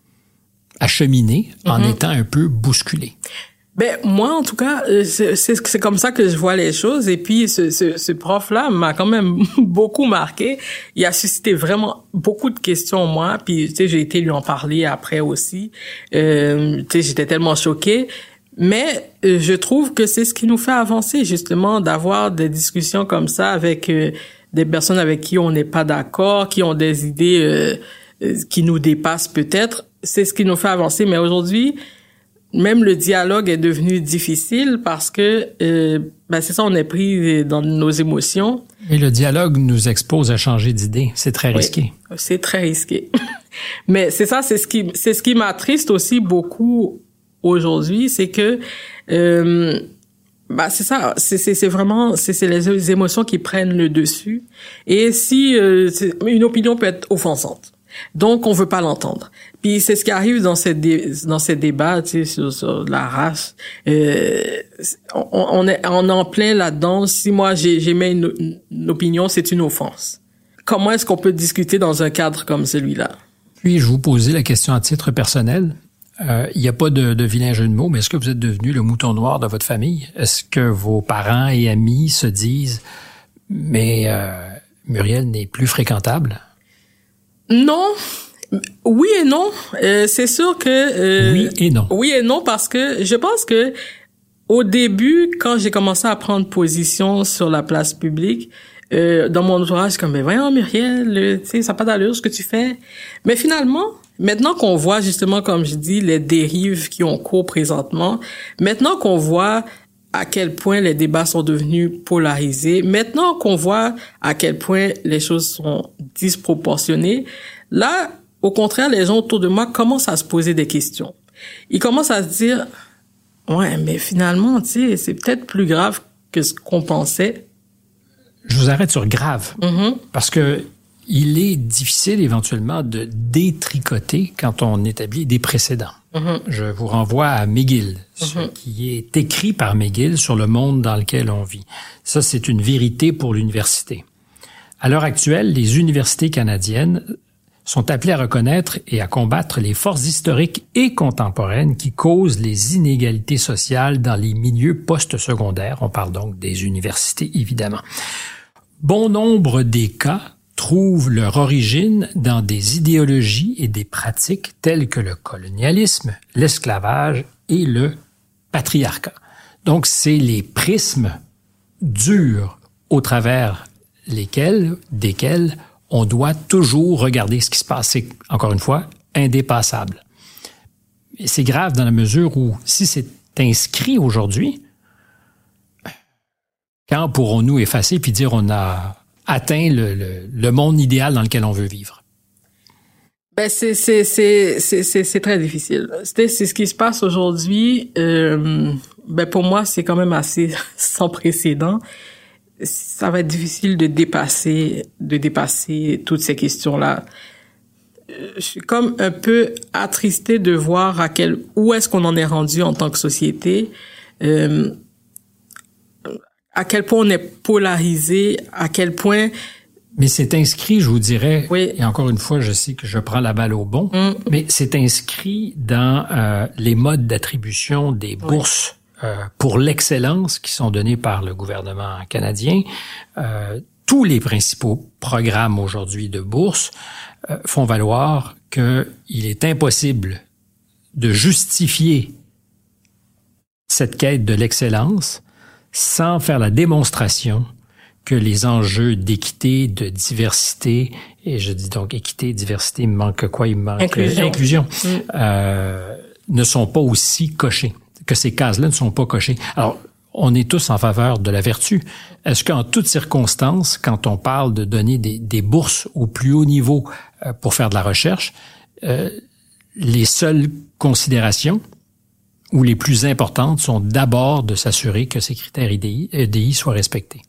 cheminer en étant un peu bousculé. Ben moi en tout cas c'est comme ça que je vois les choses. Et puis ce prof là m'a quand même beaucoup marqué. Il a suscité vraiment beaucoup de questions en moi. Puis tu sais, j'ai été lui en parler après aussi. Tu sais, j'étais tellement choquée. Mais je trouve que c'est ce qui nous fait avancer, justement, d'avoir des discussions comme ça avec des personnes avec qui on n'est pas d'accord, qui ont des idées qui nous dépassent peut-être. C'est ce qui nous fait avancer. Mais aujourd'hui, même le dialogue est devenu difficile parce que, c'est ça, on est pris dans nos émotions. Et le dialogue nous expose à changer d'idée. C'est très risqué. Oui, c'est très risqué. Mais c'est ça, c'est ce qui m'attriste aussi beaucoup aujourd'hui, c'est que, c'est ça, c'est vraiment, c'est les émotions qui prennent le dessus. Et si, une opinion peut être offensante. Donc, on veut pas l'entendre. Puis, c'est ce qui arrive dans ces débats, tu sais, sur la race. On est en plein là-dedans. Si moi, j'émets une opinion, c'est une offense. Comment est-ce qu'on peut discuter dans un cadre comme celui-là? Puis, je vous posais la question à titre personnel. Il n'y a pas de vilain jeu de mots, mais est-ce que vous êtes devenu le mouton noir de votre famille? Est-ce que vos parents et amis se disent « mais Muriel n'est plus fréquentable ». Non. Oui et non. C'est sûr que... oui et non. Oui et non, parce que je pense que au début, quand j'ai commencé à prendre position sur la place publique, dans mon entourage, comme, mais voyons, Muriel, tu sais, ça n'a pas d'allure ce que tu fais. Mais finalement, maintenant qu'on voit justement, comme je dis, les dérives qui ont cours présentement, maintenant qu'on voit à quel point les débats sont devenus polarisés, maintenant qu'on voit à quel point les choses sont disproportionnées, là, au contraire, les gens autour de moi commencent à se poser des questions. Ils commencent à se dire, ouais, mais finalement, tu sais, c'est peut-être plus grave que ce qu'on pensait. Je vous arrête sur grave, parce que il est difficile éventuellement de détricoter quand on établit des précédents. Je vous renvoie à McGill, ce qui est écrit par McGill sur le monde dans lequel on vit. Ça, c'est une vérité pour l'université. À l'heure actuelle, les universités canadiennes sont appelées à reconnaître et à combattre les forces historiques et contemporaines qui causent les inégalités sociales dans les milieux post-secondaires. On parle donc des universités, évidemment. Bon nombre des cas trouvent leur origine dans des idéologies et des pratiques telles que le colonialisme, l'esclavage et le patriarcat. Donc, c'est les prismes durs au travers desquels on doit toujours regarder ce qui se passe. C'est, encore une fois, indépassable. Et c'est grave dans la mesure où, si c'est inscrit aujourd'hui, quand pourrons-nous effacer puis dire on a atteint le monde idéal dans lequel on veut vivre? Ben c'est très difficile. C'est ce qui se passe aujourd'hui. Ben pour moi, c'est quand même assez sans précédent. Ça va être difficile de dépasser toutes ces questions-là. Je suis comme un peu attristée de voir où est-ce qu'on en est rendu en tant que société. À quel point on est polarisé, à quel point... Mais c'est inscrit, je vous dirais, oui. Et encore une fois, je sais que je prends la balle au bon, mais c'est inscrit dans les modes d'attribution des bourses pour l'excellence qui sont donnés par le gouvernement canadien. Tous les principaux programmes aujourd'hui de bourses font valoir qu'il est impossible de justifier cette quête de l'excellence sans faire la démonstration que les enjeux d'équité, de diversité, et je dis donc équité, diversité, il me manque quoi? Il me manque inclusion, ne sont pas aussi cochés, que ces cases-là ne sont pas cochées. Alors, on est tous en faveur de la vertu. Est-ce qu'en toutes circonstances, quand on parle de donner des bourses au plus haut niveau pour faire de la recherche, les seules considérations ou les plus importantes sont d'abord de s'assurer que ces critères EDI soient respectés?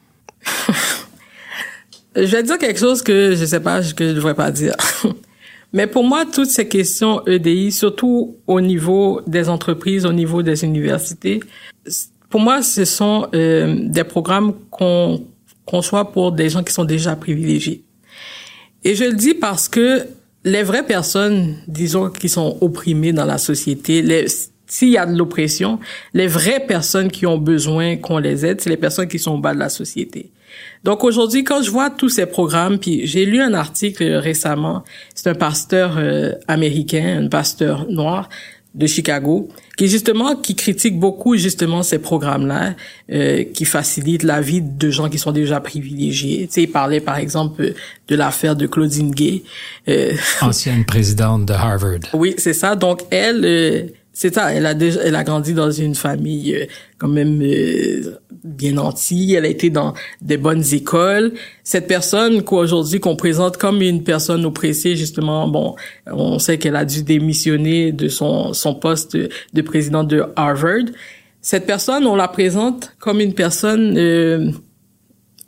Je vais dire quelque chose que je sais pas, que je devrais pas dire. Mais pour moi, toutes ces questions EDI, surtout au niveau des entreprises, au niveau des universités, pour moi, ce sont des programmes qu'on conçoit pour des gens qui sont déjà privilégiés. Et je le dis parce que les vraies personnes, disons, qui sont opprimées dans la société, s'il y a de l'oppression, les vraies personnes qui ont besoin qu'on les aide, c'est les personnes qui sont au bas de la société. Donc aujourd'hui, quand je vois tous ces programmes, puis j'ai lu un article récemment, c'est un pasteur américain, un pasteur noir de Chicago, qui critique beaucoup justement ces programmes-là, qui facilitent la vie de gens qui sont déjà privilégiés. Tu sais, il parlait par exemple de l'affaire de Claudine Gay, ancienne présidente de Harvard. Oui, c'est ça. Donc elle c'est ça, elle a grandi dans une famille quand même bien nantie, elle a été dans des bonnes écoles. Cette personne qu'aujourd'hui qu'on présente comme une personne oppressée, justement, bon, on sait qu'elle a dû démissionner de son poste de présidente de Harvard. Cette personne, on la présente comme une personne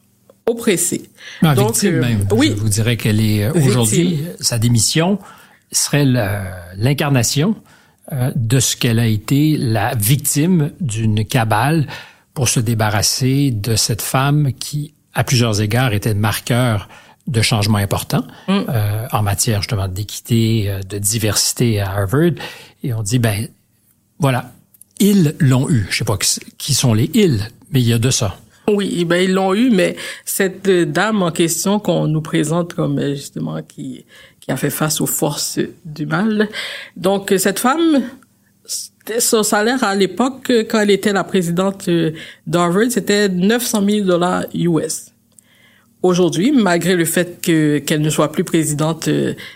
oppressée. Donc, victime même. Oui. Je vous dirais qu'elle est aujourd'hui, sa démission serait l'incarnation de ce qu'elle a été la victime d'une cabale pour se débarrasser de cette femme qui, à plusieurs égards, était le marqueur de changements importants en matière justement d'équité, de diversité à Harvard. Et on dit, ben voilà, ils l'ont eu. Je sais pas qui sont les ils, mais il y a de ça. Oui, ben ils l'ont eu, mais cette dame en question qu'on nous présente comme justement qui a fait face aux forces du mal. Donc cette femme, son salaire à l'époque, quand elle était la présidente d'Harvard, c'était $900,000 US. Aujourd'hui, malgré le fait qu'elle ne soit plus présidente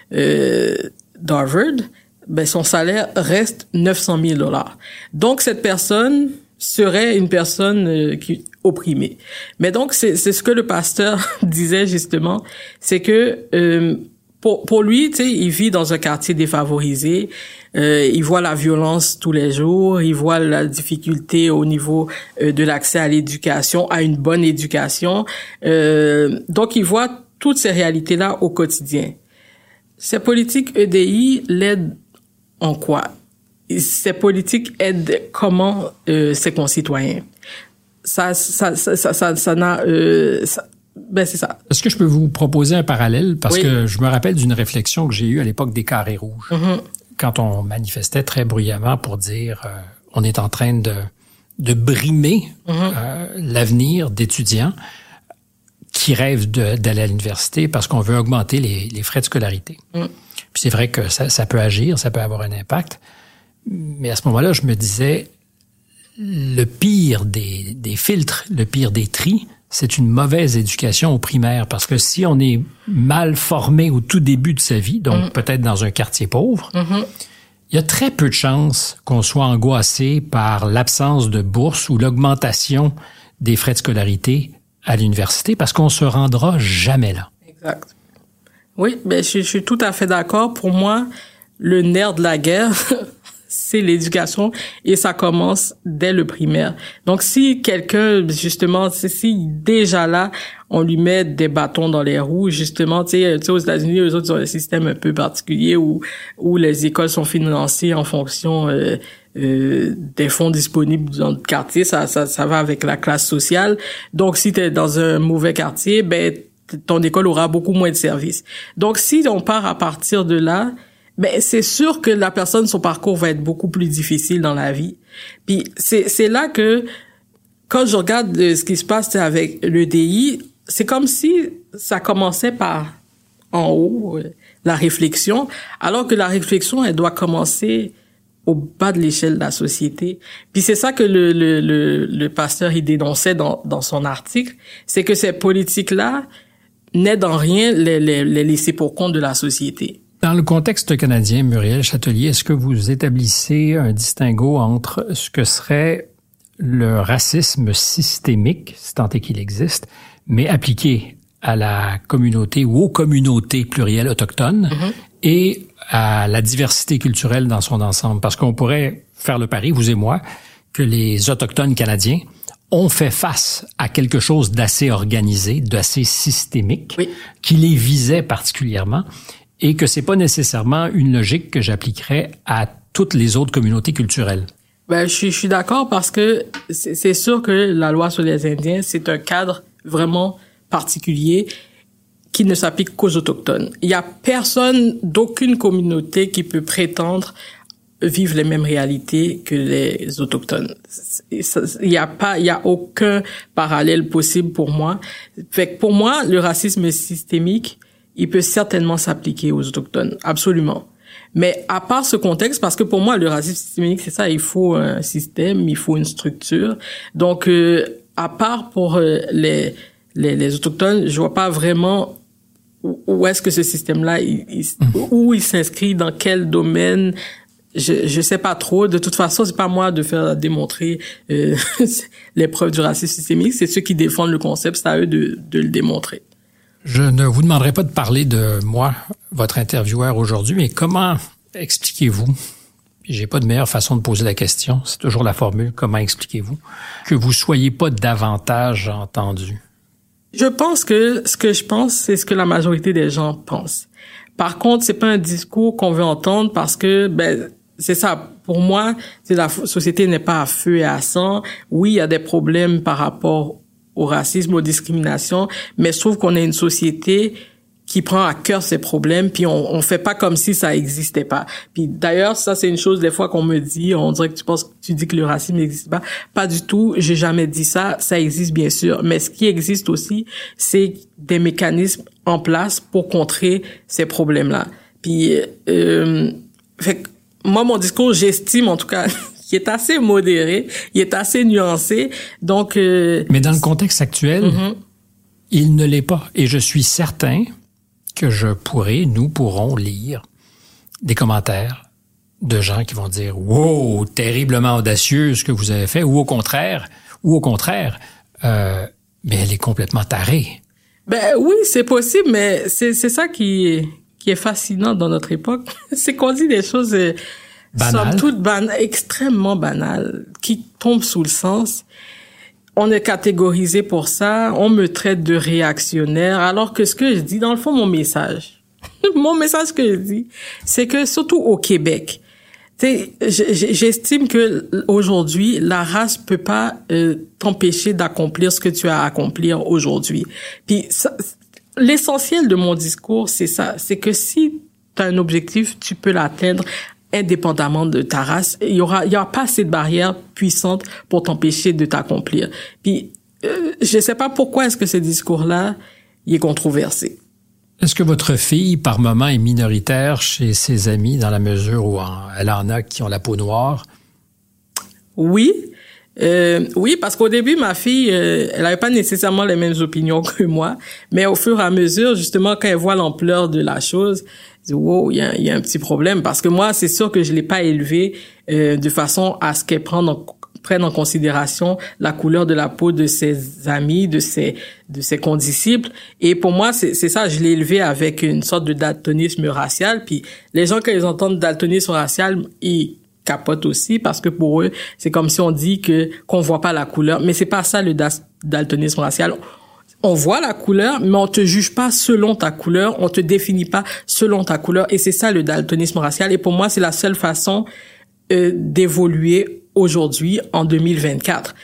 d'Harvard, ben son salaire reste $900,000. Donc cette personne serait une personne qui opprimée. Mais donc c'est ce que le pasteur disait justement, c'est que pour lui, tu sais, il vit dans un quartier défavorisé, il voit la violence tous les jours, il voit la difficulté au niveau de l'accès à l'éducation, à une bonne éducation. Donc il voit toutes ces réalités-là au quotidien. Ces politiques EDI l'aident en quoi? Ces politiques aident comment ses concitoyens? Ça n'a ben c'est ça. Est-ce que je peux vous proposer un parallèle? Parce que je me rappelle d'une réflexion que j'ai eue à l'époque des carrés rouges. Quand on manifestait très bruyamment pour dire on est en train de brimer l'avenir d'étudiants qui rêvent d'aller à l'université parce qu'on veut augmenter les frais de scolarité. Puis c'est vrai que ça peut agir, ça peut avoir un impact. Mais à ce moment-là, je me disais, le pire des filtres, le pire des tris, c'est une mauvaise éducation au primaire. Parce que si on est mal formé au tout début de sa vie, donc peut-être dans un quartier pauvre, il y a très peu de chances qu'on soit angoissé par l'absence de bourse ou l'augmentation des frais de scolarité à l'université parce qu'on se rendra jamais là. Exact. Oui, ben je suis tout à fait d'accord. Pour moi, le nerf de la guerre, c'est l'éducation et ça commence dès le primaire. Donc, si quelqu'un, justement, si déjà là, on lui met des bâtons dans les roues, justement, tu sais, aux États-Unis, eux autres ont un système un peu particulier où les écoles sont financées en fonction des fonds disponibles dans le quartier. Ça va avec la classe sociale. Donc, si t'es dans un mauvais quartier, ben ton école aura beaucoup moins de services. Donc, si on part à partir de là, ben c'est sûr que la personne, son parcours va être beaucoup plus difficile dans la vie. Puis c'est là que quand je regarde ce qui se passe avec l'EDI, c'est comme si ça commençait par en haut, la réflexion, alors que la réflexion, elle doit commencer au bas de l'échelle de la société. Puis c'est ça que le pasteur il dénonçait dans son article, c'est que ces politiques-là n'aident en rien les laisser pour compte de la société. Dans le contexte canadien, Muriel Chatelier, est-ce que vous établissez un distinguo entre ce que serait le racisme systémique, si tant est qu'il existe, mais appliqué à la communauté ou aux communautés plurielles autochtones et à la diversité culturelle dans son ensemble? Parce qu'on pourrait faire le pari, vous et moi, que les Autochtones canadiens ont fait face à quelque chose d'assez organisé, d'assez systémique, qui les visait particulièrement, et que c'est pas nécessairement une logique que j'appliquerais à toutes les autres communautés culturelles. Ben, je suis d'accord parce que c'est sûr que la loi sur les Indiens, c'est un cadre vraiment particulier qui ne s'applique qu'aux Autochtones. Il y a personne d'aucune communauté qui peut prétendre vivre les mêmes réalités que les Autochtones. Il y a aucun parallèle possible pour moi. Fait que pour moi, le racisme systémique, il peut certainement s'appliquer aux Autochtones. Absolument. Mais à part ce contexte, parce que pour moi, le racisme systémique, c'est ça, il faut un système, il faut une structure. Donc, à part pour les Autochtones, je vois pas vraiment où est-ce que ce système-là, où il s'inscrit, dans quel domaine. Je sais pas trop. De toute façon, c'est pas moi de faire démontrer les preuves du racisme systémique. C'est ceux qui défendent le concept, c'est à eux de le démontrer. Je ne vous demanderai pas de parler de moi, votre intervieweur aujourd'hui, mais comment expliquez-vous, j'ai pas de meilleure façon de poser la question, c'est toujours la formule, comment expliquez-vous, que vous soyez pas davantage entendu Je pense que ce que je pense, c'est ce que la majorité des gens pensent. Par contre, c'est pas un discours qu'on veut entendre parce que, c'est ça. Pour moi, la société n'est pas à feu et à sang. Oui, il y a des problèmes par rapport au racisme, aux discriminations, mais je trouve qu'on est une société qui prend à cœur ces problèmes, puis on fait pas comme si ça existait pas. Puis d'ailleurs, ça c'est une chose des fois qu'on me dit, on dirait que tu dis que le racisme n'existe pas. Pas du tout, j'ai jamais dit ça, ça existe bien sûr, mais ce qui existe aussi, c'est des mécanismes en place pour contrer ces problèmes-là. Puis fait que moi mon discours, j'estime en tout cas qui est assez modéré, il est assez nuancé. Donc mais dans le contexte actuel, il ne l'est pas et je suis certain que nous pourrons lire des commentaires de gens qui vont dire « Wow, terriblement audacieux ce que vous avez fait » ou au contraire, mais elle est complètement tarée. Oui, c'est possible, mais c'est ça qui est fascinant dans notre époque. C'est qu'on dit des choses somme toute extrêmement banales, qui tombent sous le sens. On est catégorisé pour ça, on me traite de réactionnaire, alors que ce que je dis, dans le fond, mon message que je dis, c'est que surtout au Québec, j'estime que aujourd'hui, la race peut pas t'empêcher d'accomplir ce que tu as à accomplir aujourd'hui. Puis l'essentiel de mon discours, c'est ça, c'est que si tu as un objectif, tu peux l'atteindre indépendamment de ta race. Il y aura pas assez de barrières puissantes pour t'empêcher de t'accomplir. Puis, je sais pas pourquoi est-ce que ce discours-là, il est controversé. Est-ce que votre fille, par moment, est minoritaire chez ses amis dans la mesure où elle en a qui ont la peau noire? Oui. Oui, parce qu'au début, ma fille, elle avait pas nécessairement les mêmes opinions que moi, mais au fur et à mesure, justement, quand elle voit l'ampleur de la chose, elle dit, wow, il y a un petit problème, parce que moi, c'est sûr que je l'ai pas élevée de façon à ce qu'elle prenne en considération la couleur de la peau de ses amis, de ses condisciples. Et pour moi, c'est ça, je l'ai élevée avec une sorte de daltonisme racial. Puis les gens, quand ils entendent daltonisme racial, ils capotent aussi parce que pour eux, c'est comme si on dit qu'on voit pas la couleur. Mais c'est pas ça le daltonisme racial. On voit la couleur, mais on te juge pas selon ta couleur, on te définit pas selon ta couleur. Et c'est ça le daltonisme racial. Et pour moi, c'est la seule façon d'évoluer aujourd'hui en 2024.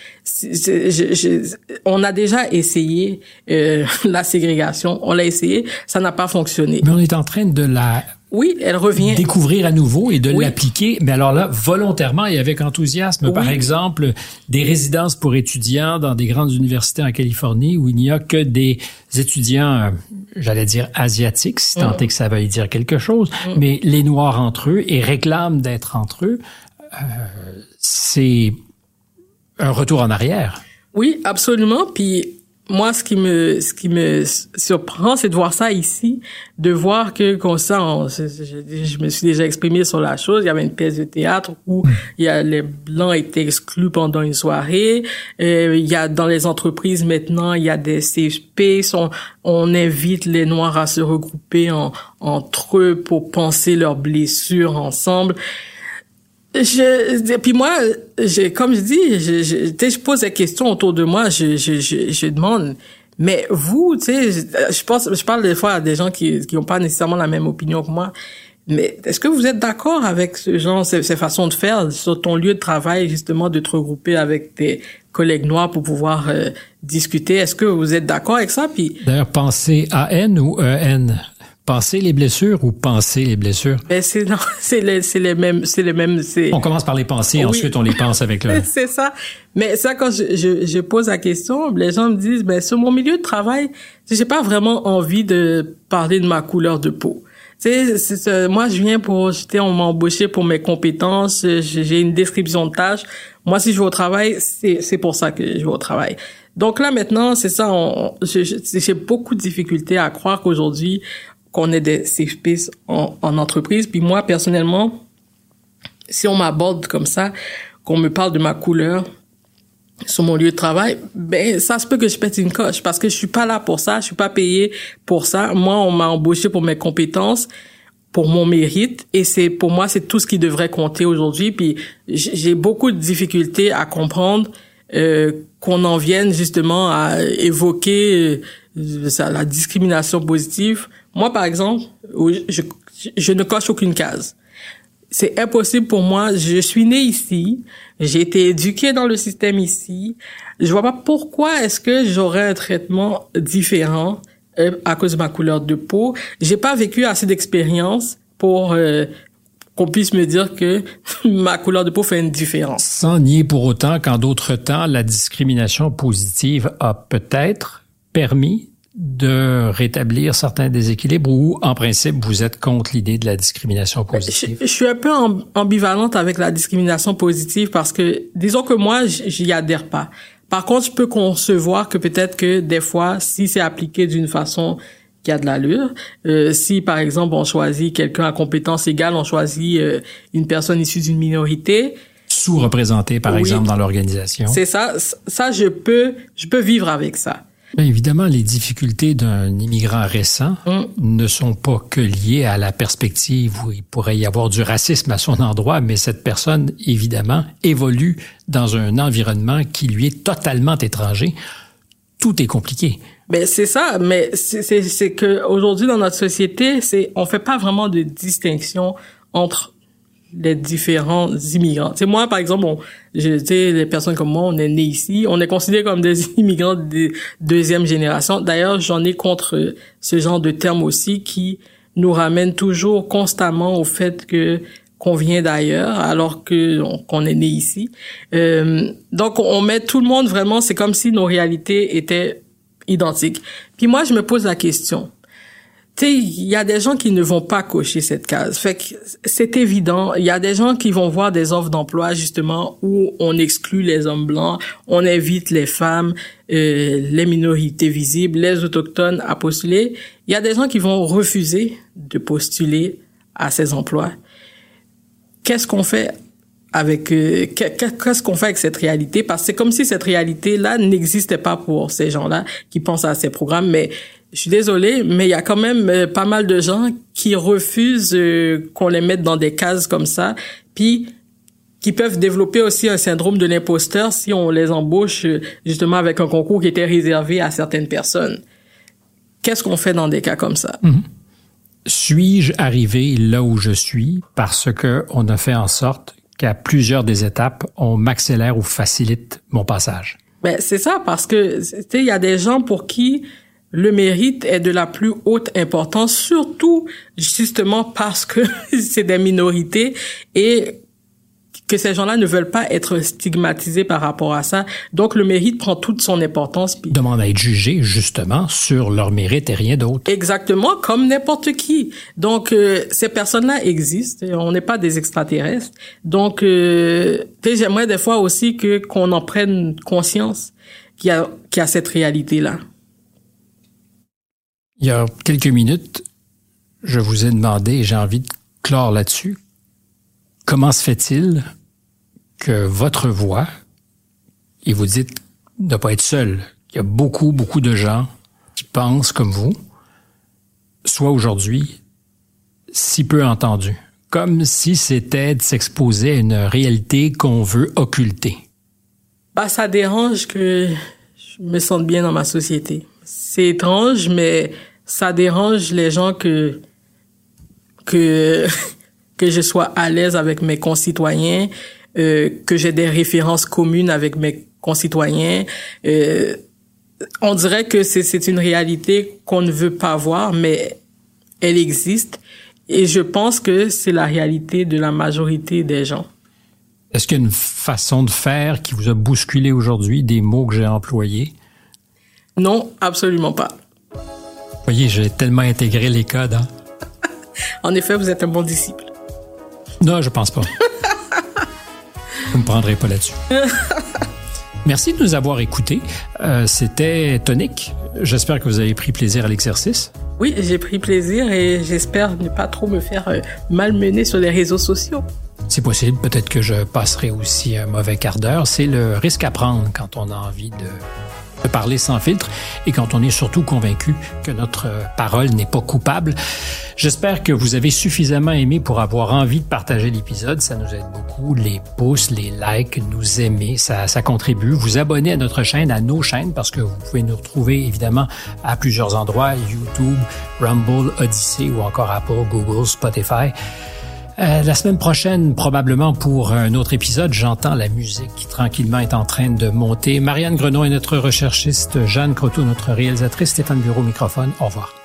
On a déjà essayé la ségrégation, on l'a essayé, ça n'a pas fonctionné. Mais on est en train de elle revient. Découvrir à nouveau et de l'appliquer, mais alors là, volontairement et avec enthousiasme. Par exemple, des résidences pour étudiants dans des grandes universités en Californie où il n'y a que des étudiants, j'allais dire asiatiques, si tant est que ça veuille dire quelque chose, mais les Noirs entre eux et réclament d'être entre eux. C'est un retour en arrière. Oui, absolument. Puis moi, ce qui me surprend, c'est de voir ça ici, de voir que comme ça, je me suis déjà exprimé sur la chose. Il y avait une pièce de théâtre où les blancs étaient exclus pendant une soirée. Il y a dans les entreprises maintenant, il y a des safe space. On invite les Noirs à se regrouper entre eux pour penser leurs blessures ensemble. Puis moi, comme je dis, je pose des questions autour de moi, je demande, mais vous, tu sais, je parle des fois à des gens qui ont pas nécessairement la même opinion que moi, mais est-ce que vous êtes d'accord avec ce genre, ces façons de faire sur ton lieu de travail, justement, de te regrouper avec tes collègues noirs pour pouvoir discuter? Est-ce que vous êtes d'accord avec ça? Puis d'ailleurs, penser A-N ou E-N? Penser les blessures ou penser les blessures? C'est les mêmes. On commence par les penser, ensuite on les pense avec le... C'est ça. Mais ça, quand je pose la question, les gens me disent, sur mon milieu de travail, j'ai pas vraiment envie de parler de ma couleur de peau. Tu sais, moi, je viens on m'a embauché pour mes compétences, j'ai une description de tâches. Moi, si je vais au travail, c'est pour ça que je vais au travail. Donc là, maintenant, c'est ça, j'ai beaucoup de difficultés à croire qu'aujourd'hui, qu'on ait des safe space en entreprise. Puis moi, personnellement, si on m'aborde comme ça, qu'on me parle de ma couleur sur mon lieu de travail, ça se peut que je pète une coche parce que je suis pas là pour ça, je suis pas payé pour ça. Moi, on m'a embauché pour mes compétences, pour mon mérite, et pour moi, c'est tout ce qui devrait compter aujourd'hui. Puis j'ai beaucoup de difficultés à comprendre qu'on en vienne justement à évoquer la discrimination positive. Moi, par exemple, je ne coche aucune case. C'est impossible pour moi. Je suis née ici. J'ai été éduquée dans le système ici. Je vois pas pourquoi est-ce que j'aurais un traitement différent à cause de ma couleur de peau. J'ai pas vécu assez d'expérience pour qu'on puisse me dire que ma couleur de peau fait une différence. Sans nier pour autant qu'en d'autres temps, la discrimination positive a peut-être permis de rétablir certains déséquilibres ou, en principe, vous êtes contre l'idée de la discrimination positive? Je suis un peu ambivalente avec la discrimination positive parce que, disons que moi, j'y adhère pas. Par contre, je peux concevoir que peut-être que des fois, si c'est appliqué d'une façon qui a de l'allure, si par exemple on choisit quelqu'un à compétence égale, on choisit une personne issue d'une minorité, sous-représentée par exemple dans l'organisation. C'est ça. Ça, je peux vivre avec ça. Bien évidemment, les difficultés d'un immigrant récent ne sont pas que liées à la perspective où il pourrait y avoir du racisme à son endroit, mais cette personne, évidemment, évolue dans un environnement qui lui est totalement étranger. Tout est compliqué. Ben c'est ça, mais c'est que aujourd'hui dans notre société, on fait pas vraiment de distinction entre les différents immigrants. Tu sais, moi, par exemple, les personnes comme moi, on est nés ici, on est considérés comme des immigrants de deuxième génération. D'ailleurs, j'en ai contre ce genre de terme aussi qui nous ramène toujours constamment au fait qu'on vient d'ailleurs alors qu'on est né ici. Donc, on met tout le monde vraiment, c'est comme si nos réalités étaient identiques. Puis moi, je me pose la question. Tu sais, il y a des gens qui ne vont pas cocher cette case. Fait que c'est évident. Il y a des gens qui vont voir des offres d'emploi, justement, où on exclut les hommes blancs, on invite les femmes, les minorités visibles, les autochtones à postuler. Il y a des gens qui vont refuser de postuler à ces emplois. Qu'est-ce qu'on fait avec cette réalité? Parce que c'est comme si cette réalité-là n'existait pas pour ces gens-là qui pensent à ces programmes, mais je suis désolée, mais il y a quand même pas mal de gens qui refusent qu'on les mette dans des cases comme ça, puis qui peuvent développer aussi un syndrome de l'imposteur si on les embauche justement avec un concours qui était réservé à certaines personnes. Qu'est-ce qu'on fait dans des cas comme ça? Suis-je arrivé là où je suis parce que on a fait en sorte qu'à plusieurs des étapes, on m'accélère ou facilite mon passage? Ben c'est ça, parce que tu sais, il y a des gens pour qui le mérite est de la plus haute importance, surtout justement parce que c'est des minorités et que ces gens-là ne veulent pas être stigmatisés par rapport à ça. Donc, le mérite prend toute son importance. Puis demande à être jugés, justement, sur leur mérite et rien d'autre. Exactement, comme n'importe qui. Donc, ces personnes-là existent. On n'est pas des extraterrestres. Donc, j'aimerais des fois aussi qu'on en prenne conscience qu'il y a cette réalité-là. Il y a quelques minutes, je vous ai demandé, et j'ai envie de clore là-dessus, comment se fait-il que votre voix, et vous dites de ne pas être seul, qu'il y a beaucoup, beaucoup de gens qui pensent comme vous, soit aujourd'hui si peu entendu, comme si c'était de s'exposer à une réalité qu'on veut occulter? Bah, ça dérange que je me sente bien dans ma société. C'est étrange, mais ça dérange les gens que je sois à l'aise avec mes concitoyens, que j'ai des références communes avec mes concitoyens. On dirait que c'est une réalité qu'on ne veut pas voir, mais elle existe. Et je pense que c'est la réalité de la majorité des gens. Est-ce qu'il y a une façon de faire qui vous a bousculé aujourd'hui, des mots que j'ai employés? Non, absolument pas. Vous voyez, j'ai tellement intégré les codes. Hein? En effet, vous êtes un bon disciple. Non, je pense pas. Vous me prendrez pas là-dessus. Merci de nous avoir écoutés. C'était tonique. J'espère que vous avez pris plaisir à l'exercice. Oui, j'ai pris plaisir et j'espère ne pas trop me faire malmener sur les réseaux sociaux. C'est possible. Peut-être que je passerai aussi un mauvais quart d'heure. C'est le risque à prendre quand on a envie de de parler sans filtre et quand on est surtout convaincu que notre parole n'est pas coupable. J'espère que vous avez suffisamment aimé pour avoir envie de partager l'épisode. Ça nous aide beaucoup. Les pouces, les likes, nous aimer, ça contribue. Vous abonnez à notre chaîne, à nos chaînes, parce que vous pouvez nous retrouver évidemment à plusieurs endroits, YouTube, Rumble, Odyssey ou encore Apple, Google, Spotify. La semaine prochaine, probablement pour un autre épisode, j'entends la musique qui tranquillement est en train de monter. Marianne Grenon est notre recherchiste, Jeanne Croteau, notre réalisatrice, Stéphane Bureau, microphone. Au revoir.